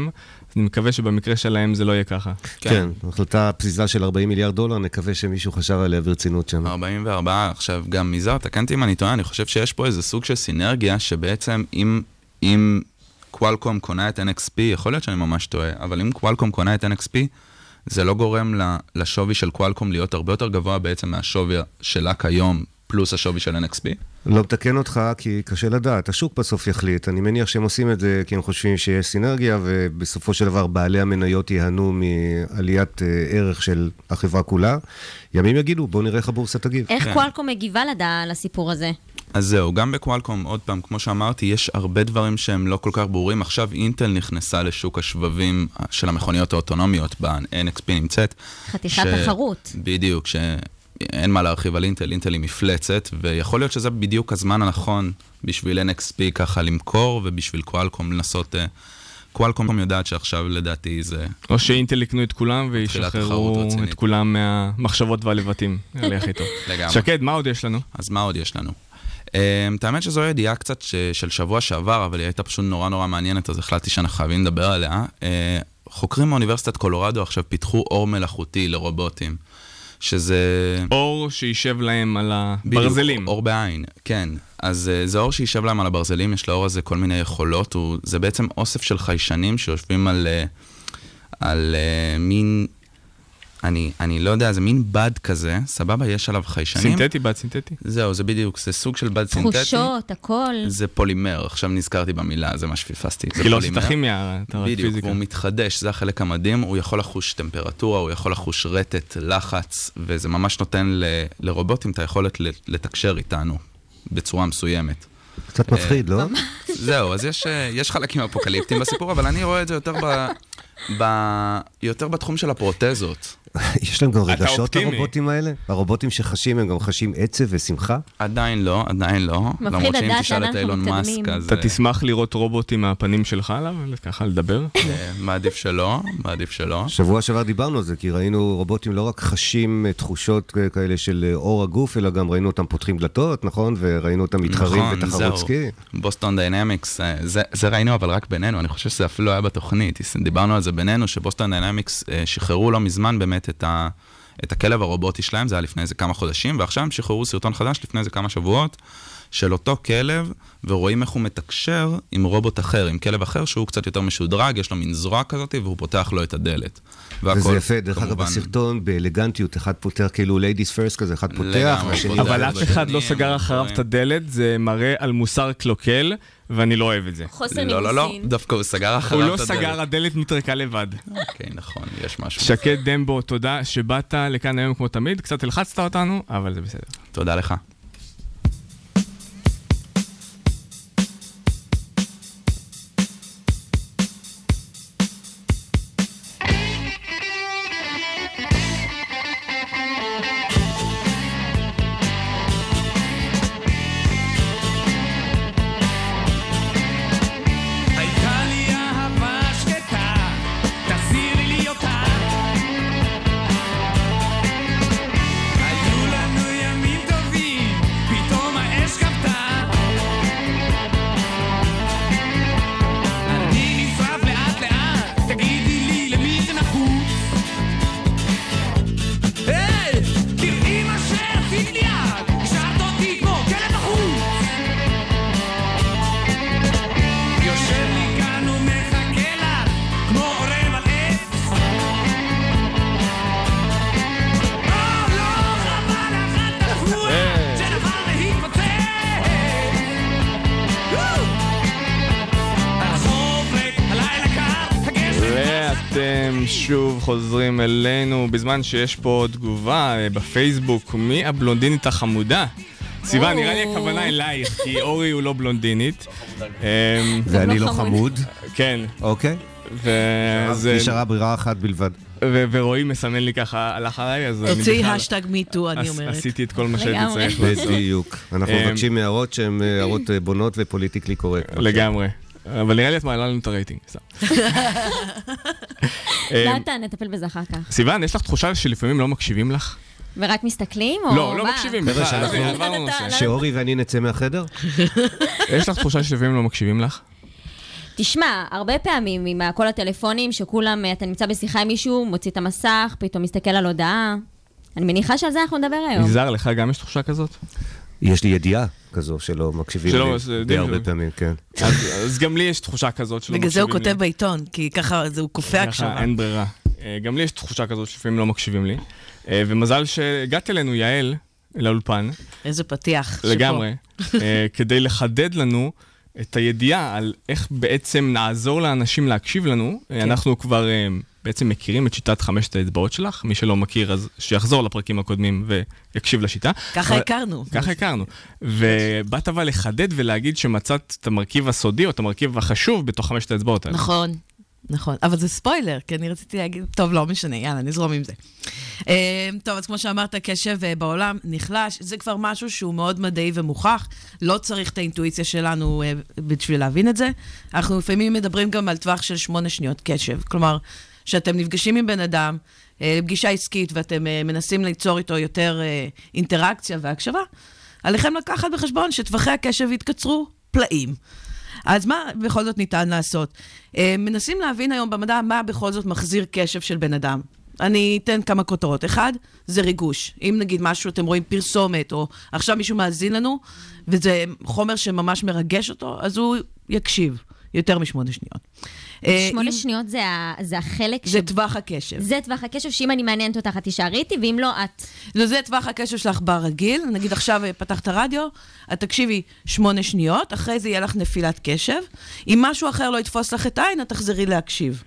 אז אני מקווה שבמקרה שלהם זה לא יהיה ככה. כן, החלטה פזיזה של ארבעים מיליארד דולר, נקווה שמישהו חשב עליה ברצינות שם. ארבעים וארבע, עכשיו גם מזר, תקנתי אם אני טועה, אני חושב שיש פה איזה סוג של סינרגיה, שבעצם אם, אם קוואלקום קונה את אן אקס פי, יכול להיות שאני ממש טועה, אבל אם קוואלקום קונה את אן אקס פי, זה לא גורם לשווי של קוואלקום להיות הרבה יותר גבוה בעצם מהשווי שלה כיום, פלוס השווי של אן אקס פי? לא מתקן אותך, כי קשה לדעת. השוק בסוף יחליט. אני מניח שהם עושים את זה כי הם חושבים שיש סינרגיה, ובסופו של דבר בעלי המניות ייהנו מעליית ערך של החברה כולה. ימים יגידו, בואו נראה איך הבורסה תגיב. איך קוואלקום מגיבה לדעה לסיפור הזה? אז זהו, גם בקוואלקום, עוד פעם, כמו שאמרתי, יש הרבה דברים שהם לא כל כך ברורים. עכשיו אינטל נכנסה לשוק השבבים של המכוניות האוטונומיות, ב-אן אקס פי נמצאת. חתיכת תחרות. בדיוק, שאין מה להרחיב על אינטל, אינטל היא מפלצת, ויכול להיות שזה בדיוק הזמן הנכון בשביל אן אקס פי ככה למכור, ובשביל קוואלקום לנסות... קוואלקום יודעת שעכשיו לדעתי זה... או שאינטל יקנו את כולם וישחררו את כולם מהמחשבות והלבטים. שקד, מה עוד יש לנו? אז מה עוד יש לנו? את האמת שזו ידיעה קצת של שבוע שעבר, אבל היא הייתה פשוט נורא נורא מעניינת, אז החלטתי שאנחנו חייבים לדבר עליה. חוקרים מאוניברסיטת קולורדו עכשיו פיתחו אור מלאכותי לרובוטים, שזה... אור שישב להם על הברזלים. בדיוק, אור בעין, כן. אז זה אור שישב להם על הברזלים, יש לאור הזה כל מיני יכולות, זה בעצם אוסף של חיישנים שיושבים על, על מין... אני, אני לא יודע, זה מין בד כזה, סבבה, יש עליו חיישנים. סינתטי, בד סינתטי? זהו, זה בדיוק, זה סוג של בד סינתטי. תחושות, הכל. זה פולימר, עכשיו נזכרתי במילה, זה מה שפיפסתי. כי לא עשית כימיה, אתה רק פיזיקה. בדיוק, הוא מתחדש, זה החלק המדהים, הוא יכול לחוש טמפרטורה, הוא יכול לחוש רטט, לחץ, וזה ממש נותן ל, לרובוטים את היכולת לתקשר איתנו, בצורה מסוימת. קצת מפחיד, לא? זהו, אז יש, יש חלקים אפוקליפטיים בסיפור, אבל אני רואה את זה יותר ב... ב... יותר בתחום של הפרוטזות. יש להם גם רגשות הרובוטים האלה? הרובוטים שחשים הם גם חשים עצב ושמחה? עדיין לא, עדיין לא. מפחיד לדעת שאנחנו מתקדמים. אתה תשמח לראות רובוטים מהפנים שלך עליו? ככה לדבר? מעדיף שלא, מעדיף שלא. שבוע שעבר דיברנו על זה, כי ראינו רובוטים לא רק חשים תחושות כאלה של אור הגוף, אלא גם ראינו אותם פותחים דלתות, נכון? וראינו אותם מתחרים בתחרות סקי. בוסטון דיינמיקס, זה ראינו אבל רק בינינו, אני חושב שזה אפילו היה בתוכנית. דיברנו על זה בינינו, שבוסטון דיינמיקס שחררו לא מזמן באמת את ה... את הכלב הרובוטי שלהם, זה היה לפני איזה כמה חודשים, ועכשיו הם שחררו סרטון חדש לפני איזה כמה שבועות, של אותו כלב, ורואים איך הוא מתקשר עם רובוט אחר, עם כלב אחר שהוא קצת יותר משודרג, יש לו מין זרוע כזאת, והוא פותח לו את הדלת. וזה יפה, דרך אגב בסרטון, באלגנטיות, אחד פותח כאילו ladies first כזה, אחד פותח, אבל אף אחד לא סגר אחריו את הדלת, זה מראה על מוסר קלוקל, ואני לא אוהב את זה. חוסר נימוסין. לא, לא, לא, דווקא הוא סגר אחריו את הדלת. הוא לא סגר, הדלת נטרקה לבד. אוקיי, נכון, יש משהו. שקד דמבו, תודה שבאת לכאן היום כמו תמיד, קצת הלחצת אותנו, אבל זה בסדר. תודה לך. שוב חוזרים אלינו בזמן שיש פה תגובה בפייסבוק. מי הבלונדינית החמודה? סיבה, נראה לי הכוונה אלייך, כי אורי הוא לא בלונדינית. ואני לא חמוד. כן. אוקיי. נשארה ברירה אחת בלבד. ורועי מסמן לי ככה על אחריי, אז אני הוציא השטג מיטו, אני אומרת. עשיתי את כל מה שהייתי צריך לעשות. בדיוק. אנחנו מבקשים הערות שהן הערות בונות ופוליטיקלי קורקט. לגמרי. אבל נראה לי את מעלה לנו את הרייטינג. לא, אתה נטפל בזה אחר כך. סיוון, יש לך תחושה שלפעמים לא מקשיבים לך? ורק מסתכלים? לא, לא מקשיבים. שאורי ואני נצא מהחדר? יש לך תחושה שלפעמים לא מקשיבים לך? תשמע, הרבה פעמים עם כל הטלפונים שכולם, אתה נמצא בשיחה עם מישהו, מוציא את המסך, פתאום מסתכל על הודעה. אני מניחה שעל זה אנחנו נדבר היום. נזהר, לך גם יש תחושה כזאת? יש לי ידיעה כזו שלא מקשיבים לי די הרבה פעמים, כן. אז גם לי יש תחושה כזאת שלא מקשיבים לי. בגלל זה הוא כותב בעיתון, כי ככה הוא קופא הקשבה. אין ברירה. גם לי יש תחושה כזאת שלפעמים לא מקשיבים לי. ומזל שהגעת אלינו, יעל, לאולפן. איזה פתיח. לגמרי. כדי לחדד לנו את הידיעה על איך בעצם נעזור לאנשים להקשיב לנו. אנחנו כבר בעצם מכירים את שיטת חמשת האצבעות שלך. מי שלא מכיר, אז שיחזור לפרקים הקודמים ויקשיב לשיטה. ככה הכרנו. ככה הכרנו. ובאת אבל לחדד ולהגיד שמצאת את המרכיב הסודי או את המרכיב החשוב בתוך חמשת האצבעות האלה. נכון. נכון, אבל זה ספוילר, כי אני רציתי להגיד, טוב, לא משנה, יאללה, נזרום עם זה. טוב, אז כמו שאמרת, קשב בעולם נחלש, זה כבר משהו שהוא מאוד מדעי ומוכח, לא צריך את האינטואיציה שלנו בשביל להבין את זה. אנחנו לפעמים מדברים גם על טווח של שמונה שניות קשב, כלומר, שאתם נפגשים עם בן אדם, לפגישה עסקית, ואתם מנסים ליצור איתו יותר אינטראקציה והקשבה, עליכם לקחת בחשבון שטווחי הקשב יתקצרו פלאים. אז מה בכל זאת ניתן לעשות? מנסים להבין היום במדע מה בכל זאת מחזיר קשב של בן אדם. אני אתן כמה כותרות. אחד, זה ריגוש. אם נגיד משהו, אתם רואים פרסומת, או עכשיו מישהו מאזין לנו, וזה חומר שממש מרגש אותו, אז הוא יקשיב יותר משמונה שניות. שמונה שניות זה, זה החלק... זה טווח הקשב. זה טווח הקשב, שאם אני מעניינת אותך, את תישארי איתי, ואם לא, את... לא, זה טווח הקשב שלך ברגיל. נגיד עכשיו פתחת רדיו, את תקשיבי שמונה שניות, אחרי זה יהיה לך נפילת קשב. אם משהו אחר לא יתפוס לך את העין, את תחזרי להקשיב.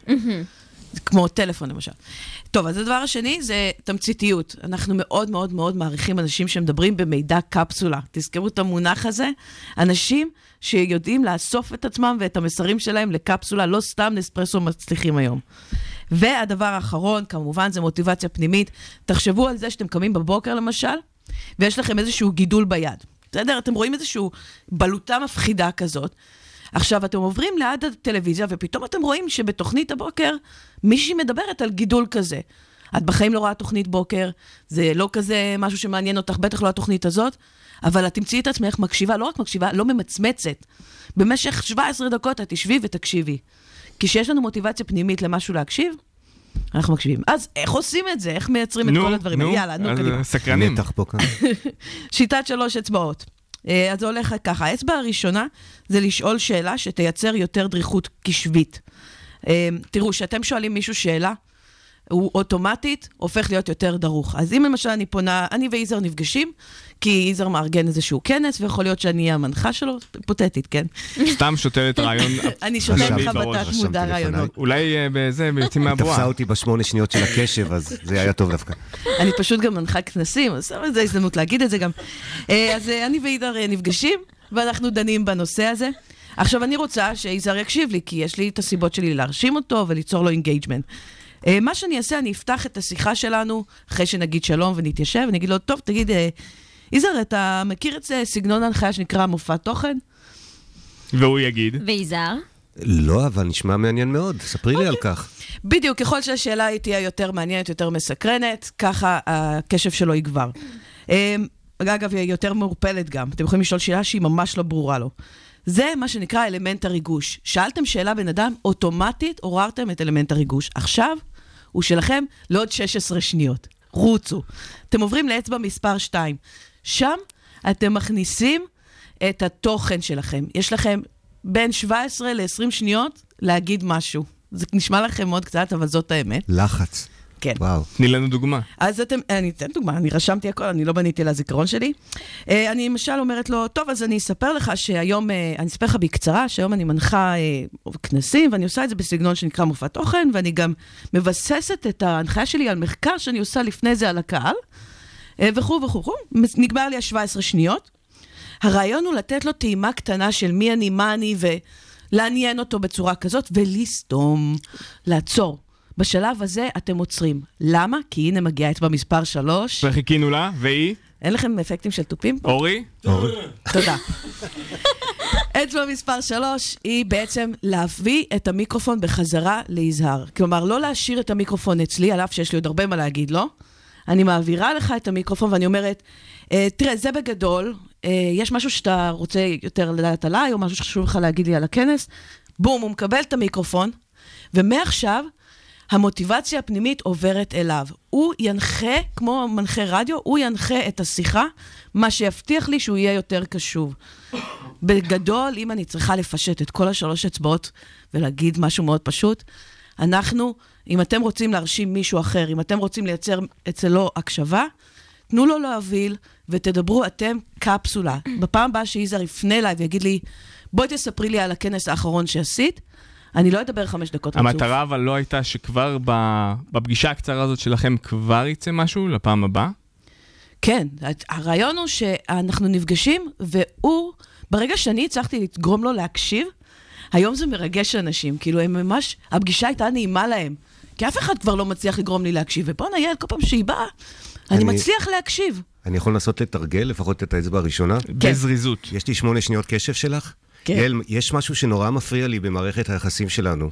כמו טלפון למשל. טוב, אז הדבר השני זה תמציתיות. אנחנו מאוד מאוד מאוד מעריכים אנשים שמדברים במידע קפסולה. תזכרו את המונח הזה. אנשים שיודעים לאסוף את עצמם ואת המסרים שלהם לקפסולה, לא סתם נספרסו מצליחים היום. והדבר האחרון, כמובן, זה מוטיבציה פנימית. תחשבו על זה שאתם קמים בבוקר למשל, ויש לכם איזשהו גידול ביד. בסדר? אתם רואים איזשהו בלוטה מפחידה כזאת. עכשיו, אתם עוברים ליד הטלוויזיה, ופתאום אתם רואים שבתוכנית הבוקר, מישהי מדברת על גידול כזה. את בחיים לא רואה תוכנית בוקר, זה לא כזה משהו שמעניין אותך, בטח לא התוכנית הזאת, אבל את תמצאי את עצמך מקשיבה, לא רק מקשיבה, לא ממצמצת. במשך שבע עשרה דקות את תשבי ותקשיבי. כי שיש לנו מוטיבציה פנימית למשהו להקשיב, אנחנו מקשיבים. אז איך עושים את זה? איך מייצרים את כל הדברים? נו, יאללה, נו, קדימה. סקרנים. מתח פה כאן. שיטת שלוש אצבעות. אז זה הולך ככה. האצבע הראשונה זה לשאול שאלה שתייצר יותר דריכות קשבית. תראו, שאתם שואלים מישהו שאלה, הוא אוטומטית הופך להיות יותר דרוך. אז אם למשל אני פונה, אני ואיזר נפגשים, כי איזר מארגן איזשהו כנס, ויכול להיות שאני אהיה המנחה שלו, פותטית, כן? סתם שותלת רעיון. אני שותלת לך בתת מודע רעיונות. אולי בזה, ביוצאים מהבועה. תפסה אותי בשמונה שניות של הקשב, אז זה היה טוב דווקא. אני פשוט גם מנחה כנסים, אז זו הזדמנות להגיד את זה גם. אז אני ואיזר נפגשים, ואנחנו דנים בנושא הזה. עכשיו, אני רוצה שאיזר יקשיב לי, כי יש לי את הסיבות שלי להרשים אותו וליצור לו אינגייג'מנט. מה שאני אעשה, אני אפתח את השיחה שלנו, אחרי שנגיד שלום ונתיישב, ואני אגיד לו, טוב, תגיד, איזר, אתה מכיר את זה, סגנון ההנחיה שנקרא מופע תוכן? והוא יגיד. ואיזר? לא, אבל נשמע מעניין מאוד, ספרי לי על כך. בדיוק, ככל שהשאלה היא תהיה יותר מעניינת, יותר מסקרנת, ככה הקשב שלו יגבר. אגב, היא יותר מעורפלת גם. אתם יכולים לשאול שאלה שהיא ממש לא ברורה לו. זה מה שנקרא אלמנט הריגוש. שאלתם שאלה בן אדם, אוטומטית עוררתם את אלמנט הריגוש. עכשיו הוא שלכם לעוד שש עשרה שניות. רוצו. אתם עוברים לאצבע מספר שתיים. שם אתם מכניסים את התוכן שלכם. יש לכם בין שבע עשרה ל-עשרים שניות להגיד משהו. זה נשמע לכם מאוד קצת, אבל זאת האמת. לחץ. כן. וואו. תני לנו דוגמה. אז אתם, אני אתן דוגמה, אני רשמתי הכל, אני לא בניתי לזיכרון שלי. אני למשל אומרת לו, טוב, אז אני אספר לך שהיום, אני אספר לך בקצרה, שהיום אני מנחה כנסים, ואני עושה את זה בסגנון שנקרא מופע תוכן, ואני גם מבססת את ההנחיה שלי על מחקר שאני עושה לפני זה על הקהל, וכו' וכו' וכו'. נגמר לי ה-שבע עשרה שניות. הרעיון הוא לתת לו טעימה קטנה של מי אני, מה אני, ולעניין אותו בצורה כזאת, ולסתום, לעצור. בשלב הזה אתם עוצרים. למה? כי הנה מגיעה אצבע מספר שלוש. וחיכינו לה, והיא? אין לכם אפקטים של טופים? אורי? אורי. תודה. אצבע מספר שלוש היא בעצם להביא את המיקרופון בחזרה להיזהר. כלומר, לא להשאיר את המיקרופון אצלי, על אף שיש לי עוד הרבה מה להגיד, לא? אני מעבירה לך את המיקרופון ואני אומרת, תראה, זה בגדול, יש משהו שאתה רוצה יותר לדעת עליי, או משהו שחשוב לך להגיד לי על הכנס, בום, הוא מקבל את המיקרופון, ומעכשיו המוטיבציה הפנימית עוברת אליו. הוא ינחה, כמו מנחה רדיו, הוא ינחה את השיחה, מה שיבטיח לי שהוא יהיה יותר קשוב. בגדול, אם אני צריכה לפשט את כל השלוש אצבעות ולהגיד משהו מאוד פשוט, אנחנו, אם אתם רוצים להרשים מישהו אחר, אם אתם רוצים לייצר אצלו הקשבה, תנו לו להוביל ותדברו אתם קפסולה. בפעם הבאה שיזהר יפנה אליי ויגיד לי, בואי תספרי לי על הכנס האחרון שעשית, אני לא אדבר חמש דקות רצוף. המטרה אבל לא הייתה שכבר בפגישה הקצרה הזאת שלכם כבר יצא משהו לפעם הבאה? כן, הרעיון הוא שאנחנו נפגשים, והוא, ברגע שאני הצלחתי לגרום לו להקשיב, היום זה מרגש אנשים, כאילו הם ממש, הפגישה הייתה נעימה להם, כי אף אחד כבר לא מצליח לגרום לי להקשיב, ופה נהיה כל פעם שהיא באה, אני מצליח להקשיב. אני יכול לנסות לתרגל, לפחות את האצבע הראשונה? בזריזות. יש לי שמונה שניות קשב שלך? כן. יעל, יש משהו שנורא מפריע לי במערכת היחסים שלנו.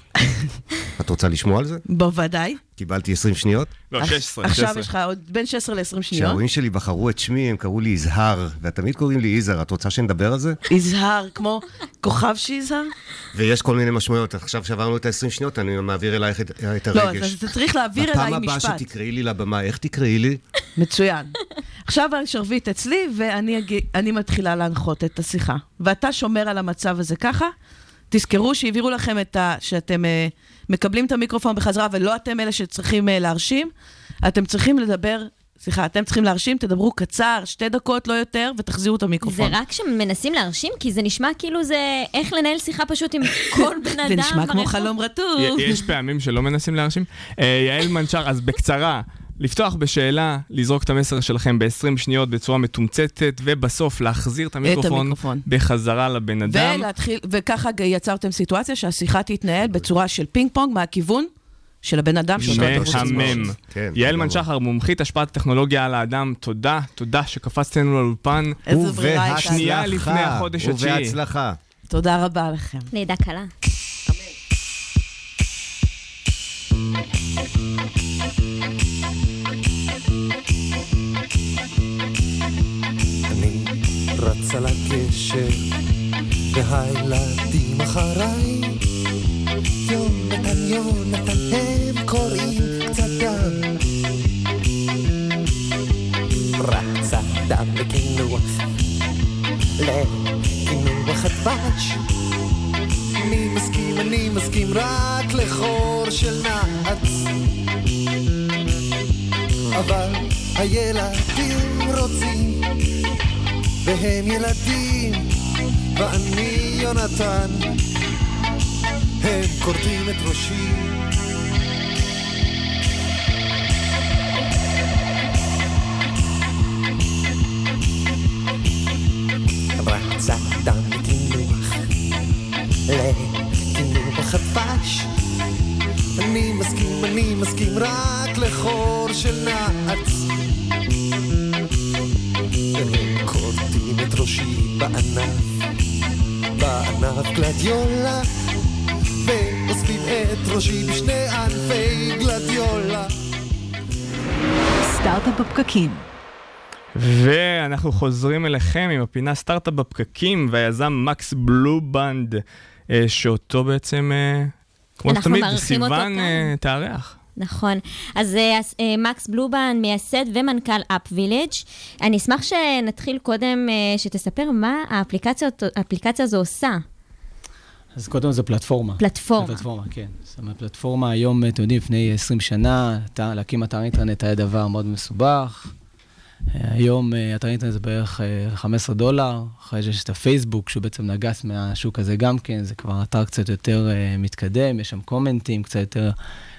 את רוצה לשמוע על זה? בוודאי. קיבלתי עשרים שניות? לא, שש עשרה. עכשיו יש לך עוד בין שש עשרה ל-עשרים שניות. כשההורים שלי בחרו את שמי, הם קראו לי יזהר, ותמיד קוראים לי יזהר. את רוצה שנדבר על זה? יזהר, כמו כוכב שיזהר? ויש כל מיני משמעויות. עכשיו שעברנו את ה-עשרים שניות, אני מעביר אלייך את, את הרגש. לא, אז אתה צריך להעביר אליי משפט. בפעם הבאה שתקראי לי לבמה, איך תקראי לי? מצוין. עכשיו השרביט אצלי, ואני אני מתחילה להנחות את השיחה. ואתה שומר על המצב הזה ככה, תזכרו שהעבירו לכם את ה... שאתם uh, מקבלים את המיקרופון בחזרה, ולא אתם אלה שצריכים uh, להרשים, אתם צריכים לדבר, סליחה, אתם צריכים להרשים, תדברו קצר, שתי דקות, לא יותר, ותחזירו את המיקרופון. זה רק שמנסים להרשים? כי זה נשמע כאילו זה איך לנהל שיחה פשוט עם כל בן אדם. זה נשמע כמו חלום רטוב. יש פעמים שלא מנסים להרשים. יעל מנצ'ר, אז בקצרה, לפתוח בשאלה, לזרוק את המסר שלכם ב-עשרים שניות בצורה מתומצתת, ובסוף להחזיר את המיקרופון, את המיקרופון. בחזרה לבן אדם. ולהתחיל, וככה יצרתם סיטואציה שהשיחה תתנהל בצורה של פינג פונג מהכיוון של הבן אדם. מהמם. יעל מנצ'חר, מומחית השפעת הטכנולוגיה על האדם, תודה, תודה שקפצתנו לאולפן. ובהשנייה לפני החודש התשיעי. ובהצלחה. תודה רבה לכם. לידה קלה. אני רצה לגשר והילדים אחריי, יונתן יונתן הם קוראים קצת דם, רצה דם לקינוח לקינוח הדבש, אני מסכים אני מסכים רק לחור של נעץ, אבל הילדים רוצים והם ילדים ואני יונתן, הם קורטים את ראשי, רצה דם לקינוח לקינוח הדבש, אני מסכים אני מסכים רק לחור של נעץ, הם קורטים את ראשי בענף בענף גלדיולה, ואוספים את ראשי בשני ענפי גלדיולה. סטארט-אפ בפקקים. ואנחנו חוזרים אליכם עם הפינה סטארט-אפ בפקקים, והיזם מקס בלובנד, שאותו בעצם, כמו שתמיד, סיוון תארח. נכון. אז מקס בלובנד, מייסד ומנכ"ל אפ ויליג'. אני אשמח שנתחיל קודם, שתספר מה האפליקציה הזו עושה. אז קודם זה פלטפורמה. פלטפורמה. פלטפורמה, כן. זאת אומרת, פלטפורמה היום, אתם יודעים, לפני עשרים שנה, להקים אתר אינטרנט היה דבר מאוד מסובך. היום אתר אינטרנט זה בערך חמישה עשר דולר, אחרי שיש את הפייסבוק, שהוא בעצם נגס מהשוק הזה גם כן, זה כבר אתר קצת יותר מתקדם, יש שם קומנטים, קצת יותר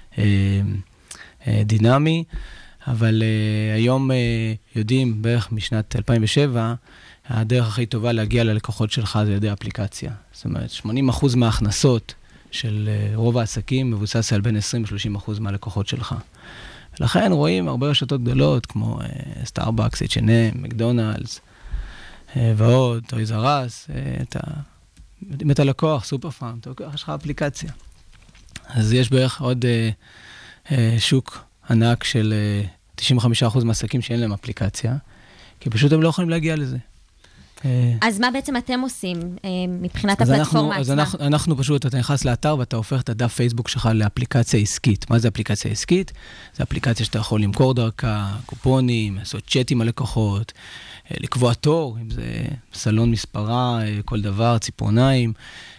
דינמי, אבל היום יודעים, בערך משנת אלפיים ושבע, הדרך הכי טובה להגיע ללקוחות שלך זה ידי אפליקציה. זאת אומרת, שמונים אחוז מההכנסות של רוב העסקים מבוסס על בין עשרים ל-שלושים אחוז מהלקוחות שלך. לכן רואים הרבה רשתות גדולות, כמו סטארבקס, אייץ' אנד אם, מקדונלדס, ועוד, טויז אר אס, אם אתה לקוח, סופר פארם, אתה לוקח, יש לך אפליקציה. אז יש בערך עוד שוק ענק של תשעים וחמישה אחוז מהעסקים שאין להם אפליקציה, כי פשוט הם לא יכולים להגיע לזה. אז מה בעצם אתם עושים מבחינת אז הפלטפורמה אנחנו, עצמה? אז אנחנו, אנחנו פשוט, אתה נכנס לאתר ואתה הופך את הדף פייסבוק שלך לאפליקציה עסקית. מה זה אפליקציה עסקית? זה אפליקציה שאתה יכול למכור דרכה, קופונים, לעשות צ'אט עם הלקוחות, לקבוע תור, אם זה סלון מספרה, כל דבר, ציפורניים,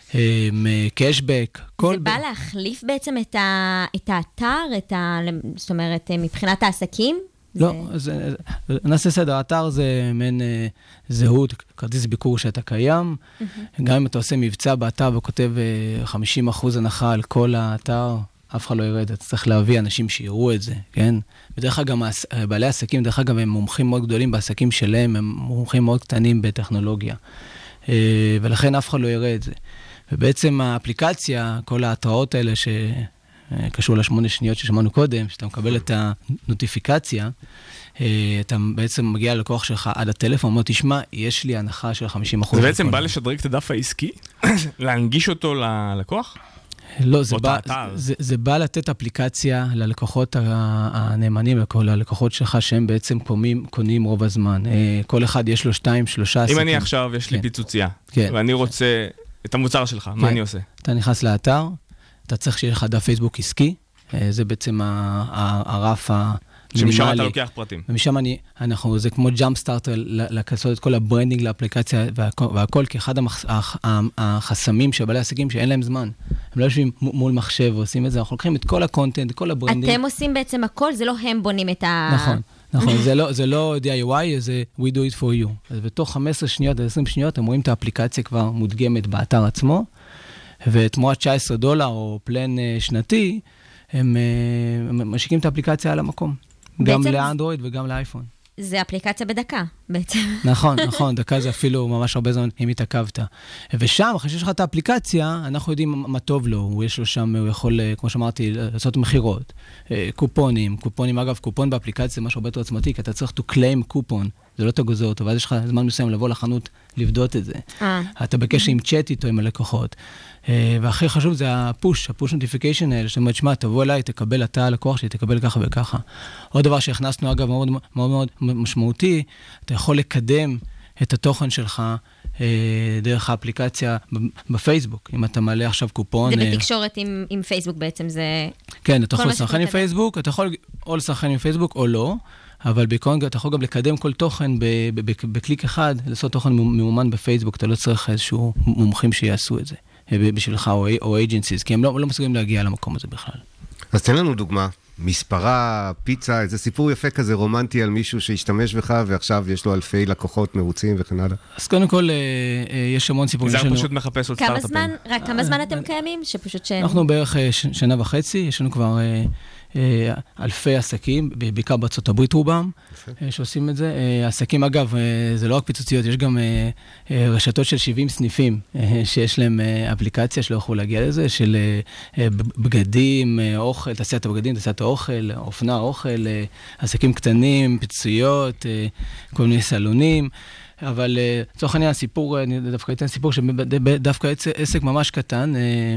קשבק, כל... זה בא להחליף בעצם את, ה, את האתר, את ה, זאת אומרת, מבחינת העסקים? לא, זה... נעשה סדר, האתר זה מעין זהות, כרטיס ביקור שאתה קיים. גם אם אתה עושה מבצע באתר וכותב חמישים אחוז הנחה על כל האתר, אף אחד לא ירד, אתה צריך להביא אנשים שיראו את זה, כן? בדרך כלל גם בעלי עסקים, דרך כלל הם מומחים מאוד גדולים בעסקים שלהם, הם מומחים מאוד קטנים בטכנולוגיה. ולכן אף אחד לא יראה את זה. ובעצם האפליקציה, כל ההתראות האלה שקשור לשמונה שניות ששמענו קודם, שאתה מקבל את הנוטיפיקציה, אתה בעצם מגיע ללקוח שלך עד הטלפון, אומר, תשמע, יש לי הנחה של חמישים אחוז. זה בעצם בא לשדרג את הדף העסקי? להנגיש אותו ללקוח? לא, זה בא, זה, זה בא לתת אפליקציה ללקוחות הנאמנים, ללקוחות שלך שהם בעצם קונים, קונים רוב הזמן. כל אחד יש לו שתיים, שלושה עסקים. אם אני עכשיו, יש לי כן. פיצוצייה, כן. ואני רוצה את המוצר שלך, כן. מה אני עושה? אתה נכנס לאתר, אתה צריך שיהיה לך דף פייסבוק עסקי, זה בעצם הרף ה... שמשם אתה לוקח פרטים. ומשם אני, אנחנו, זה כמו ג'אמפ סטארטר, לעשות את כל הברנדינג לאפליקציה והכל, כי אחד החסמים של בעלי עסקים שאין להם זמן. הם לא יושבים מול מחשב ועושים את זה, אנחנו לוקחים את כל הקונטנט, כל הברנדינג. אתם עושים בעצם הכל, זה לא הם בונים את ה... נכון, נכון, זה לא, זה לא די איי וואי, זה we do it for you. אז בתוך חמש עשרה שניות עד עשרים שניות, הם רואים את האפליקציה כבר מודגמת באתר עצמו, ותמורת תשע עשרה דולר או פלן שנתי, הם משיקים את האפליקציה על המקום. גם לאנדרואיד וגם לאייפון. זה אפליקציה בדקה, בעצם. נכון, נכון, דקה זה אפילו ממש הרבה זמן אם התעכבת. ושם, אחרי שיש לך את האפליקציה, אנחנו יודעים מה טוב לו. הוא יש לו שם, הוא יכול, כמו שאמרתי, לעשות מחירות, קופונים, קופונים, אגב, קופון באפליקציה זה משהו הרבה יותר עצמתי, כי אתה צריך to claim קופון, זה לא תגוזר אותו, ואז יש לך זמן מסוים לבוא לחנות לבדות את זה. אתה בקשר עם צ'אט איתו, עם הלקוחות. והכי חשוב זה הפוש, הפוש נוטיפיקיישן האלה, שאומרת, שמה, תבוא אליי, תקבל אתה הלקוח שלי, תקבל ככה וככה. עוד דבר שהכנסנו, אגב, מאוד מאוד מאוד משמעותי, אתה יכול לקדם את התוכן שלך דרך האפליקציה בפייסבוק. אם אתה מעלה עכשיו קופון... זה בתקשורת עם, עם פייסבוק בעצם, זה... כן, אתה יכול לסנכרן עם פייסבוק, אתה יכול או לסנכרן עם פייסבוק או לא, אבל בעיקרון אתה יכול גם לקדם כל תוכן בקליק אחד, לעשות תוכן ממומן בפייסבוק, אתה לא צריך איזשהו מומחים שיעשו את זה בשבילך או agencies, כי הם לא, לא מסוגלים להגיע למקום הזה בכלל. אז תן לנו דוגמה. מספרה, פיצה, איזה סיפור יפה כזה רומנטי על מישהו שהשתמש בך, ועכשיו יש לו אלפי לקוחות מרוצים וכן הלאה. אז קודם כל, יש המון סיפורים. זה פשוט מחפש עוד סטארט-אפים. כמה זמן, רק כמה זמן אתם קיימים? שפשוט ש... אנחנו בערך שנה וחצי, יש לנו כבר אלפי עסקים, בעיקר בארצות הברית רובם, שעושים את זה. עסקים, אגב, זה לא רק פיצוציות, יש גם רשתות של שבעים סניפים, שיש להם אפליקציה שלא יכולו להגיע לזה, של בגדים, אוכל, תעשיית הבגדים, תעשיית האוכל, אופנה, אוכל, עסקים קטנים, פיצוציות, כל מיני סלונים. אבל לצורך העניין, הסיפור, אני דווקא אתן סיפור שדווקא עסק ממש קטן,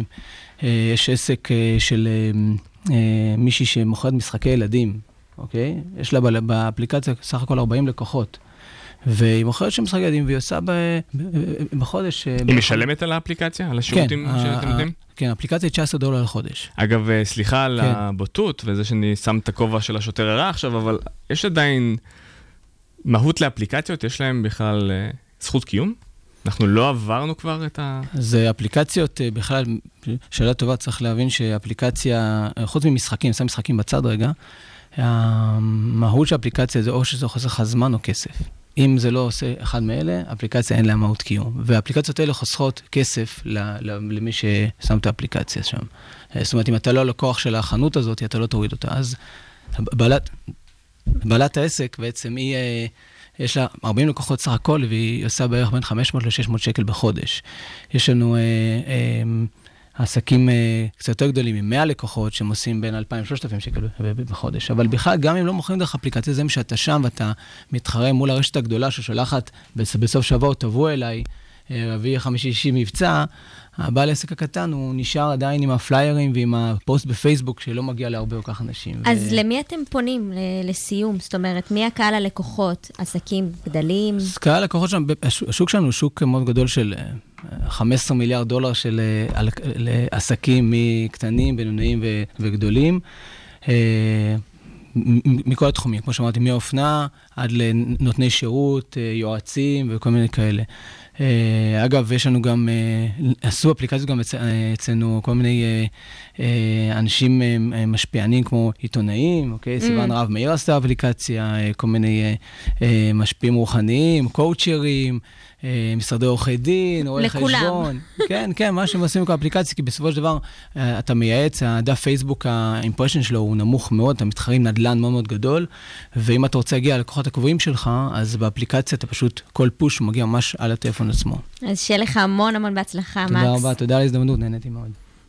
יש עסק של מישהי שמוכרת משחקי ילדים, אוקיי? יש לה באפליקציה סך הכל ארבעים לקוחות, והיא מוכרת שם משחקי ילדים, והיא עושה בחודש... היא משלמת על האפליקציה? על השירותים שאתם נותנים? כן, האפליקציה היא תשע עשרה דולר לחודש. אגב, סליחה על הבוטות, וזה שאני שם את הכובע של השוטר הרע עכשיו, אבל יש עדיין מהות לאפליקציות, יש להם בכלל זכות קיום? אנחנו לא עברנו כבר את ה... זה אפליקציות, בכלל, שאלה טובה, צריך להבין שאפליקציה, חוץ ממשחקים, שם משחקים בצד רגע, המהות של האפליקציה זה או שזה חוסך זמן או כסף. אם זה לא עושה אחד מאלה, אפליקציה אין לה מהות קיום. והאפליקציות האלה חוסכות כסף למי ששם את האפליקציה שם. זאת אומרת, אם אתה לא לקוח של החנות הזאת, אתה לא תוריד אותה. אז בעלת, בעלת העסק בעצם היא... יש לה ארבעים לקוחות סך הכל, והיא עושה בערך בין חמש מאות ל-שש מאות שקל בחודש. יש לנו אה, אה, עסקים אה, קצת יותר גדולים, עם מאה לקוחות, שהם עושים בין אלפיים ל-שלושת אלפים שקל בחודש. אבל בכלל, גם אם לא מוכרים דרך אפליקציה, זה שאתה שם ואתה מתחרה מול הרשת הגדולה ששולחת בסוף שבוע, תבוא אליי, רביעי, חמישי, שישי מבצע, הבעל עסק הקטן הוא נשאר עדיין עם הפליירים ועם הפוסט בפייסבוק שלא מגיע להרבה או כך אנשים. אז ו... למי אתם פונים לסיום? זאת אומרת, מי הקהל הלקוחות? עסקים גדלים? קהל הלקוחות שלנו, השוק שלנו הוא שוק מאוד גדול של חמישה עשר מיליארד דולר של עסקים מקטנים, בינוניים וגדולים. מכל התחומים, כמו שאמרתי, מהאופנה עד לנותני שירות, יועצים וכל מיני כאלה. אגב, יש לנו גם, עשו אפליקציות גם אצלנו, כל מיני אנשים משפיענים כמו עיתונאים, אוקיי? סיוון רב מאיר עשתה אפליקציה, כל מיני משפיעים רוחניים, קואוצ'רים, משרדי עורכי דין, עורכי חשבון. כן, כן, מה שהם עושים עם האפליקציה, כי בסופו של דבר אתה מייעץ, הדף פייסבוק, האימפרשן שלו הוא נמוך מאוד, אתה מתחרים נדלן מאוד מאוד גדול, ואם אתה רוצה להגיע ללקוחות הקבועים שלך, אז באפליקציה אתה פשוט, כל פוש מגיע ממש על הטלפון עצמו. אז שיהיה לך המון המון בהצלחה, מקס. תודה רבה, תודה על ההזדמנות, נהניתי מאוד.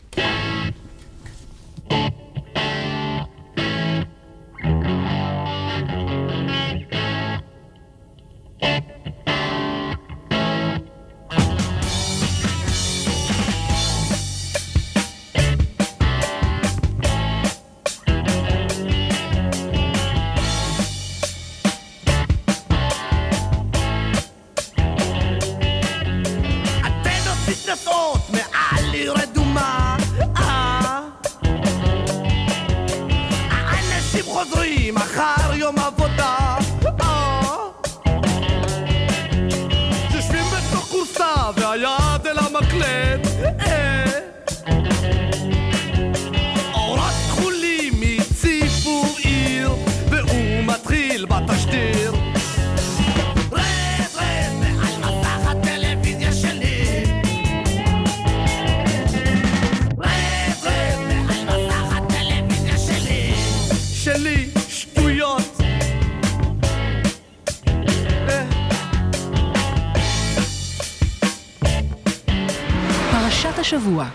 השבוע.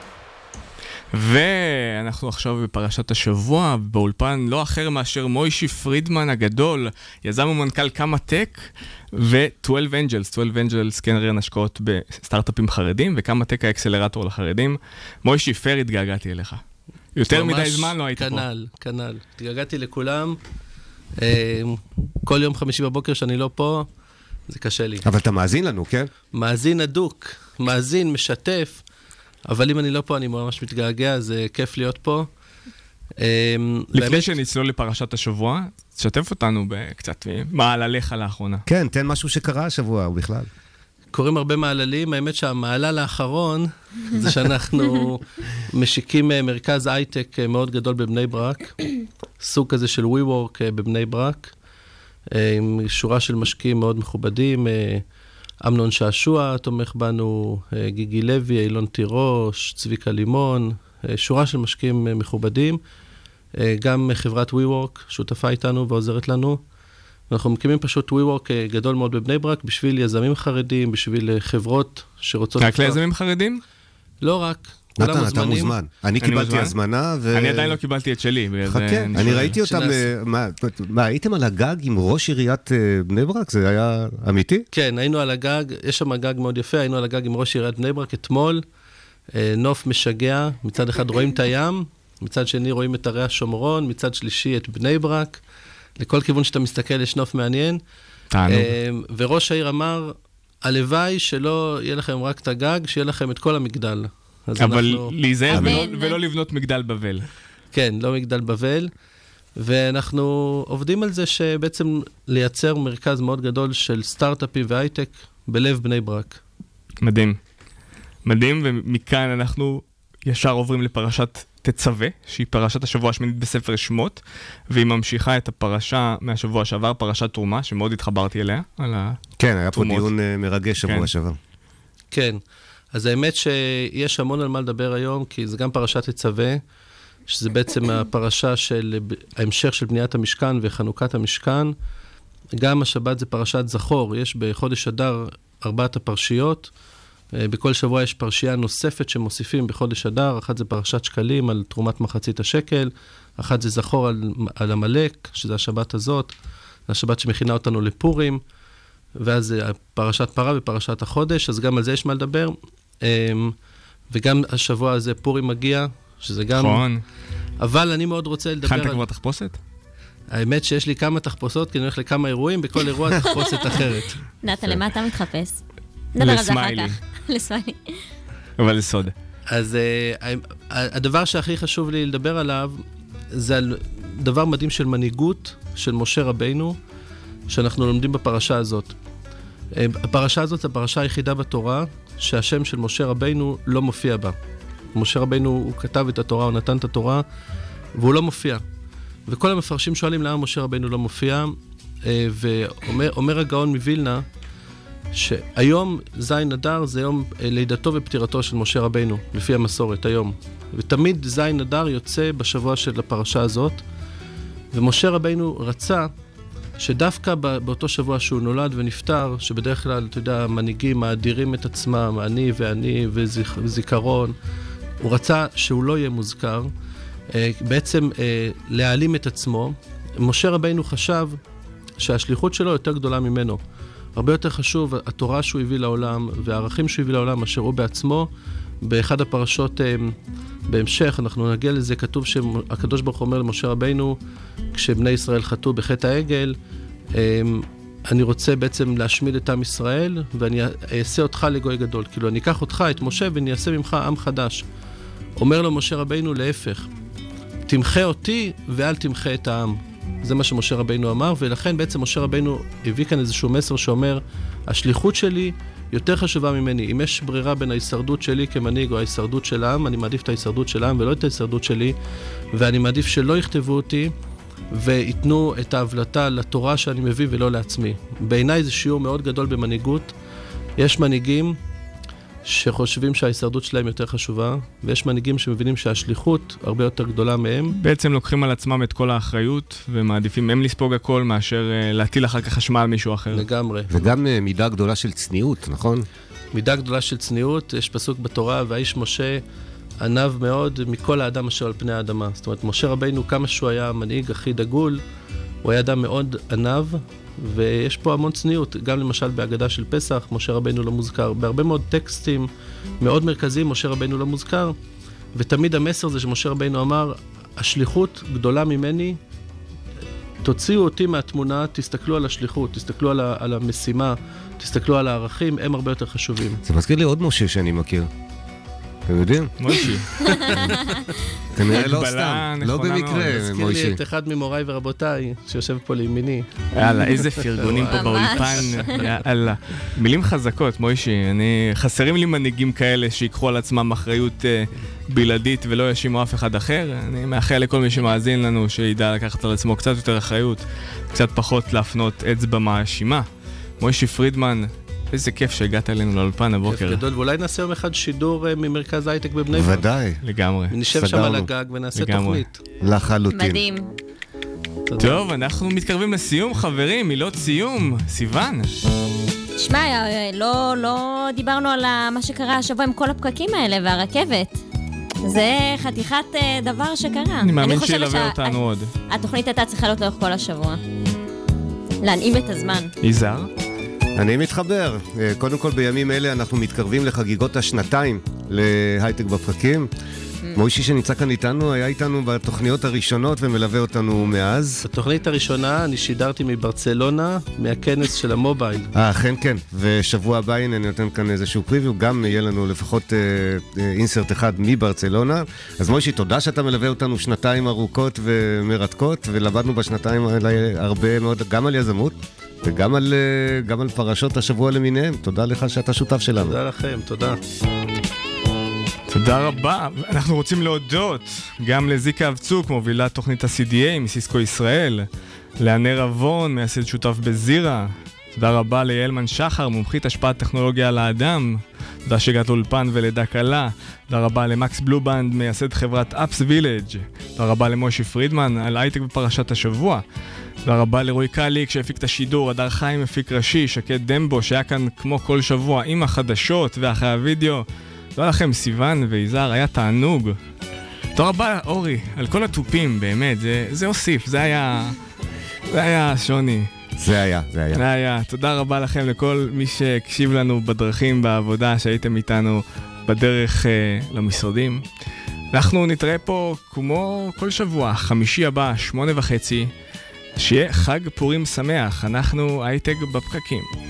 ואנחנו עכשיו בפרשת השבוע, באולפן לא אחר מאשר מוישי פרידמן הגדול, יזם ומנכ"ל כמה טק, ו-twelve Angels, twelve Angels קרן השקעות בסטארט-אפים חרדים, וכמה טק האקסלרטור לחרדים. מוישי, פר התגעגעתי אליך. יותר מדי זמן לא היית פה. כנל, כנל. התגעגעתי לכולם. כל יום חמישי בבוקר שאני לא פה, זה קשה לי. אבל אתה מאזין לנו, כן? מאזין הדוק, מאזין, משתף. אבל אם אני לא פה, אני ממש מתגעגע, זה כיף להיות פה. לפני שנצלול לפרשת השבוע, תשתף אותנו בקצת מעלליך לאחרונה. כן, תן משהו שקרה השבוע, או בכלל. קוראים הרבה מעללים, האמת שהמעלל האחרון, זה שאנחנו משיקים מרכז הייטק מאוד גדול בבני ברק, סוג כזה של WeWork בבני ברק, עם שורה של משקיעים מאוד מכובדים, אמנון שעשוע תומך בנו, גיגי לוי, אילון תירוש, צביקה לימון, שורה של משקיעים מכובדים. גם חברת WeWork שותפה איתנו ועוזרת לנו. אנחנו מקימים פשוט WeWork גדול מאוד בבני ברק, בשביל יזמים חרדים, בשביל חברות שרוצות... רק ליזמים חרדים? לא רק. נתן, אתה מוזמן. אני קיבלתי הזמנה ו... אני עדיין לא קיבלתי את שלי. חכה, אני ראיתי אותם... מה, הייתם על הגג עם ראש עיריית בני ברק? זה היה אמיתי? כן, היינו על הגג, יש שם גג מאוד יפה, היינו על הגג עם ראש עיריית בני ברק אתמול, נוף משגע, מצד אחד רואים את הים, מצד שני רואים את הרי השומרון, מצד שלישי את בני ברק, לכל כיוון שאתה מסתכל יש נוף מעניין. תענו. וראש העיר אמר, הלוואי שלא יהיה לכם רק את הגג, שיהיה לכם את כל המגדל. אבל להיזהר ולא לבנות מגדל בבל. כן, לא מגדל בבל. ואנחנו עובדים על זה שבעצם לייצר מרכז מאוד גדול של סטארט-אפים והייטק בלב בני ברק. מדהים. מדהים, ומכאן אנחנו ישר עוברים לפרשת תצווה, שהיא פרשת השבוע השמינית בספר שמות, והיא ממשיכה את הפרשה מהשבוע שעבר, פרשת תרומה, שמאוד התחברתי אליה, על התרומות. כן, היה פה דיון מרגש שבוע שעבר. כן. אז האמת שיש המון על מה לדבר היום, כי זה גם פרשת תצווה, שזה בעצם הפרשה של ההמשך של בניית המשכן וחנוכת המשכן. גם השבת זה פרשת זכור, יש בחודש אדר ארבעת הפרשיות, בכל שבוע יש פרשייה נוספת שמוסיפים בחודש אדר, אחת זה פרשת שקלים על תרומת מחצית השקל, אחת זה זכור על, על המלך, שזה השבת הזאת, השבת שמכינה אותנו לפורים, ואז פרשת פרה ופרשת החודש, אז גם על זה יש מה לדבר. וגם השבוע הזה פורים מגיע, שזה גם... נכון. אבל אני מאוד רוצה לדבר... הכנת כבר תחפושת? האמת שיש לי כמה תחפושות, כי אני הולך לכמה אירועים, בכל אירוע תחפושת אחרת. נתה, למה אתה מתחפש? נדבר על זה אחר כך. לסמיילי. אבל לסוד. אז הדבר שהכי חשוב לי לדבר עליו, זה על דבר מדהים של מנהיגות, של משה רבינו, שאנחנו לומדים בפרשה הזאת. הפרשה הזאת, הפרשה היחידה בתורה, שהשם של משה רבינו לא מופיע בה. משה רבינו, הוא כתב את התורה, הוא נתן את התורה, והוא לא מופיע. וכל המפרשים שואלים למה משה רבינו לא מופיע, ואומר הגאון מווילנה, שהיום זין אדר זה יום לידתו ופטירתו של משה רבינו, לפי המסורת היום. ותמיד זין אדר יוצא בשבוע של הפרשה הזאת, ומשה רבינו רצה שדווקא באותו שבוע שהוא נולד ונפטר, שבדרך כלל, אתה יודע, המנהיגים מאדירים את עצמם, אני ואני וזיכרון, הוא רצה שהוא לא יהיה מוזכר, בעצם להעלים את עצמו. משה רבינו חשב שהשליחות שלו יותר גדולה ממנו. הרבה יותר חשוב התורה שהוא הביא לעולם והערכים שהוא הביא לעולם אשר הוא בעצמו. באחד הפרשות בהמשך, אנחנו נגיע לזה, כתוב שהקדוש ברוך הוא אומר למשה רבינו, כשבני ישראל חטאו בחטא העגל, אני רוצה בעצם להשמיד את עם ישראל, ואני אעשה אותך לגוי גדול. כאילו, אני אקח אותך, את משה, ואני אעשה ממך עם חדש. אומר לו משה רבינו להפך, תמחה אותי ואל תמחה את העם. זה מה שמשה רבינו אמר, ולכן בעצם משה רבינו הביא כאן איזשהו מסר שאומר, השליחות שלי יותר חשובה ממני. אם יש ברירה בין ההישרדות שלי כמנהיג או ההישרדות של העם, אני מעדיף את ההישרדות של העם ולא את ההישרדות שלי, ואני מעדיף שלא יכתבו אותי ויתנו את ההבלטה לתורה שאני מביא ולא לעצמי. בעיניי זה שיעור מאוד גדול במנהיגות. יש מנהיגים שחושבים שההישרדות שלהם יותר חשובה, ויש מנהיגים שמבינים שהשליחות הרבה יותר גדולה מהם. בעצם לוקחים על עצמם את כל האחריות, ומעדיפים הם לספוג הכל, מאשר להטיל אחר כך אשמה על מישהו אחר. לגמרי. וגם מידה גדולה של צניעות, נכון? מידה גדולה של צניעות, יש פסוק בתורה, והאיש משה ענב מאוד מכל האדם אשר על פני האדמה. זאת אומרת, משה רבינו, כמה שהוא היה המנהיג הכי דגול, הוא היה אדם מאוד ענב, ויש פה המון צניעות, גם למשל בהגדה של פסח, משה רבינו לא מוזכר, בהרבה מאוד טקסטים מאוד מרכזיים, משה רבינו לא מוזכר, ותמיד המסר זה שמשה רבינו אמר, השליחות גדולה ממני, תוציאו אותי מהתמונה, תסתכלו על השליחות, תסתכלו על, ה- על המשימה, תסתכלו על הערכים, הם הרבה יותר חשובים. זה מזכיר לי עוד משה שאני מכיר. אתם יודעים? מוישי. כנראה לא סתם, לא במקרה, מוישי. מזכיר לי את אחד ממוריי ורבותיי, שיושב פה לימיני. יאללה, איזה פרגונים פה באולפן. יאללה. מילים חזקות, מוישי. חסרים לי מנהיגים כאלה שיקחו על עצמם אחריות בלעדית ולא ישימו אף אחד אחר. אני מאחל לכל מי שמאזין לנו שידע לקחת על עצמו קצת יותר אחריות, קצת פחות להפנות אצבע מאשימה. מוישי פרידמן, איזה כיף שהגעת אלינו לאולפן הבוקר. כיף גדול, ואולי נעשה יום אחד שידור ממרכז הייטק בבני ברק. ודאי. לגמרי. נשב שם על הגג ונעשה תוכנית. לחלוטין. מדהים. טוב, אנחנו מתקרבים לסיום, חברים, מילות סיום. סיוון. שמע, לא, לא דיברנו על מה שקרה השבוע עם כל הפקקים האלה והרכבת. זה חתיכת דבר שקרה. אני מאמין שילווה אותנו עוד. התוכנית הייתה צריכה להיות לאורך כל השבוע. להנעים את הזמן. יזהר? אני מתחבר. קודם כל בימים אלה אנחנו מתקרבים לחגיגות השנתיים להייטק בפקקים. מוישי שנמצא כאן איתנו, היה איתנו בתוכניות הראשונות ומלווה אותנו מאז. בתוכנית הראשונה אני שידרתי מברצלונה, מהכנס של המובייל. אה, כן, כן. ושבוע הבא, הנה, אני נותן כאן איזשהו פריוויו, גם יהיה לנו לפחות אה, אה, אינסרט אחד מברצלונה. אז מוישי, תודה שאתה מלווה אותנו שנתיים ארוכות ומרתקות, ולמדנו בשנתיים האלה הרבה מאוד, גם על יזמות, וגם על, אה, גם על פרשות השבוע למיניהם. תודה לך שאתה שותף שלנו. תודה לכם, תודה. תודה רבה. אנחנו רוצים להודות גם לזיקה אבצוק, מובילת תוכנית ה-סי די איי מסיסקו ישראל, לענר אבון, מייסד שותף בזירה. תודה רבה ליעלמן שחר, מומחית השפעת טכנולוגיה על האדם. תודה שהגעת לאולפן ולידה קלה. תודה רבה למקס בלובנד, מייסד חברת אפס וילג'. תודה רבה למושי פרידמן על הייטק בפרשת השבוע. תודה רבה לרועי קליק שהפיק את השידור, הדר חיים מפיק ראשי, שקד דמבו שהיה כאן כמו כל שבוע עם החדשות ואחרי הוידאו. תודה לכם סיוון ויזהר, היה תענוג. תודה רבה אורי על כל הטופים, באמת, זה, זה הוסיף, זה היה, זה היה שוני. זה היה, זה היה. זה היה. תודה רבה לכם, לכל מי שהקשיב לנו בדרכים, בעבודה, שהייתם איתנו בדרך uh, למשרדים. אנחנו נתראה פה כמו כל שבוע, חמישי הבא, שמונה וחצי. שיהיה חג פורים שמח, אנחנו הייטק בפקקים.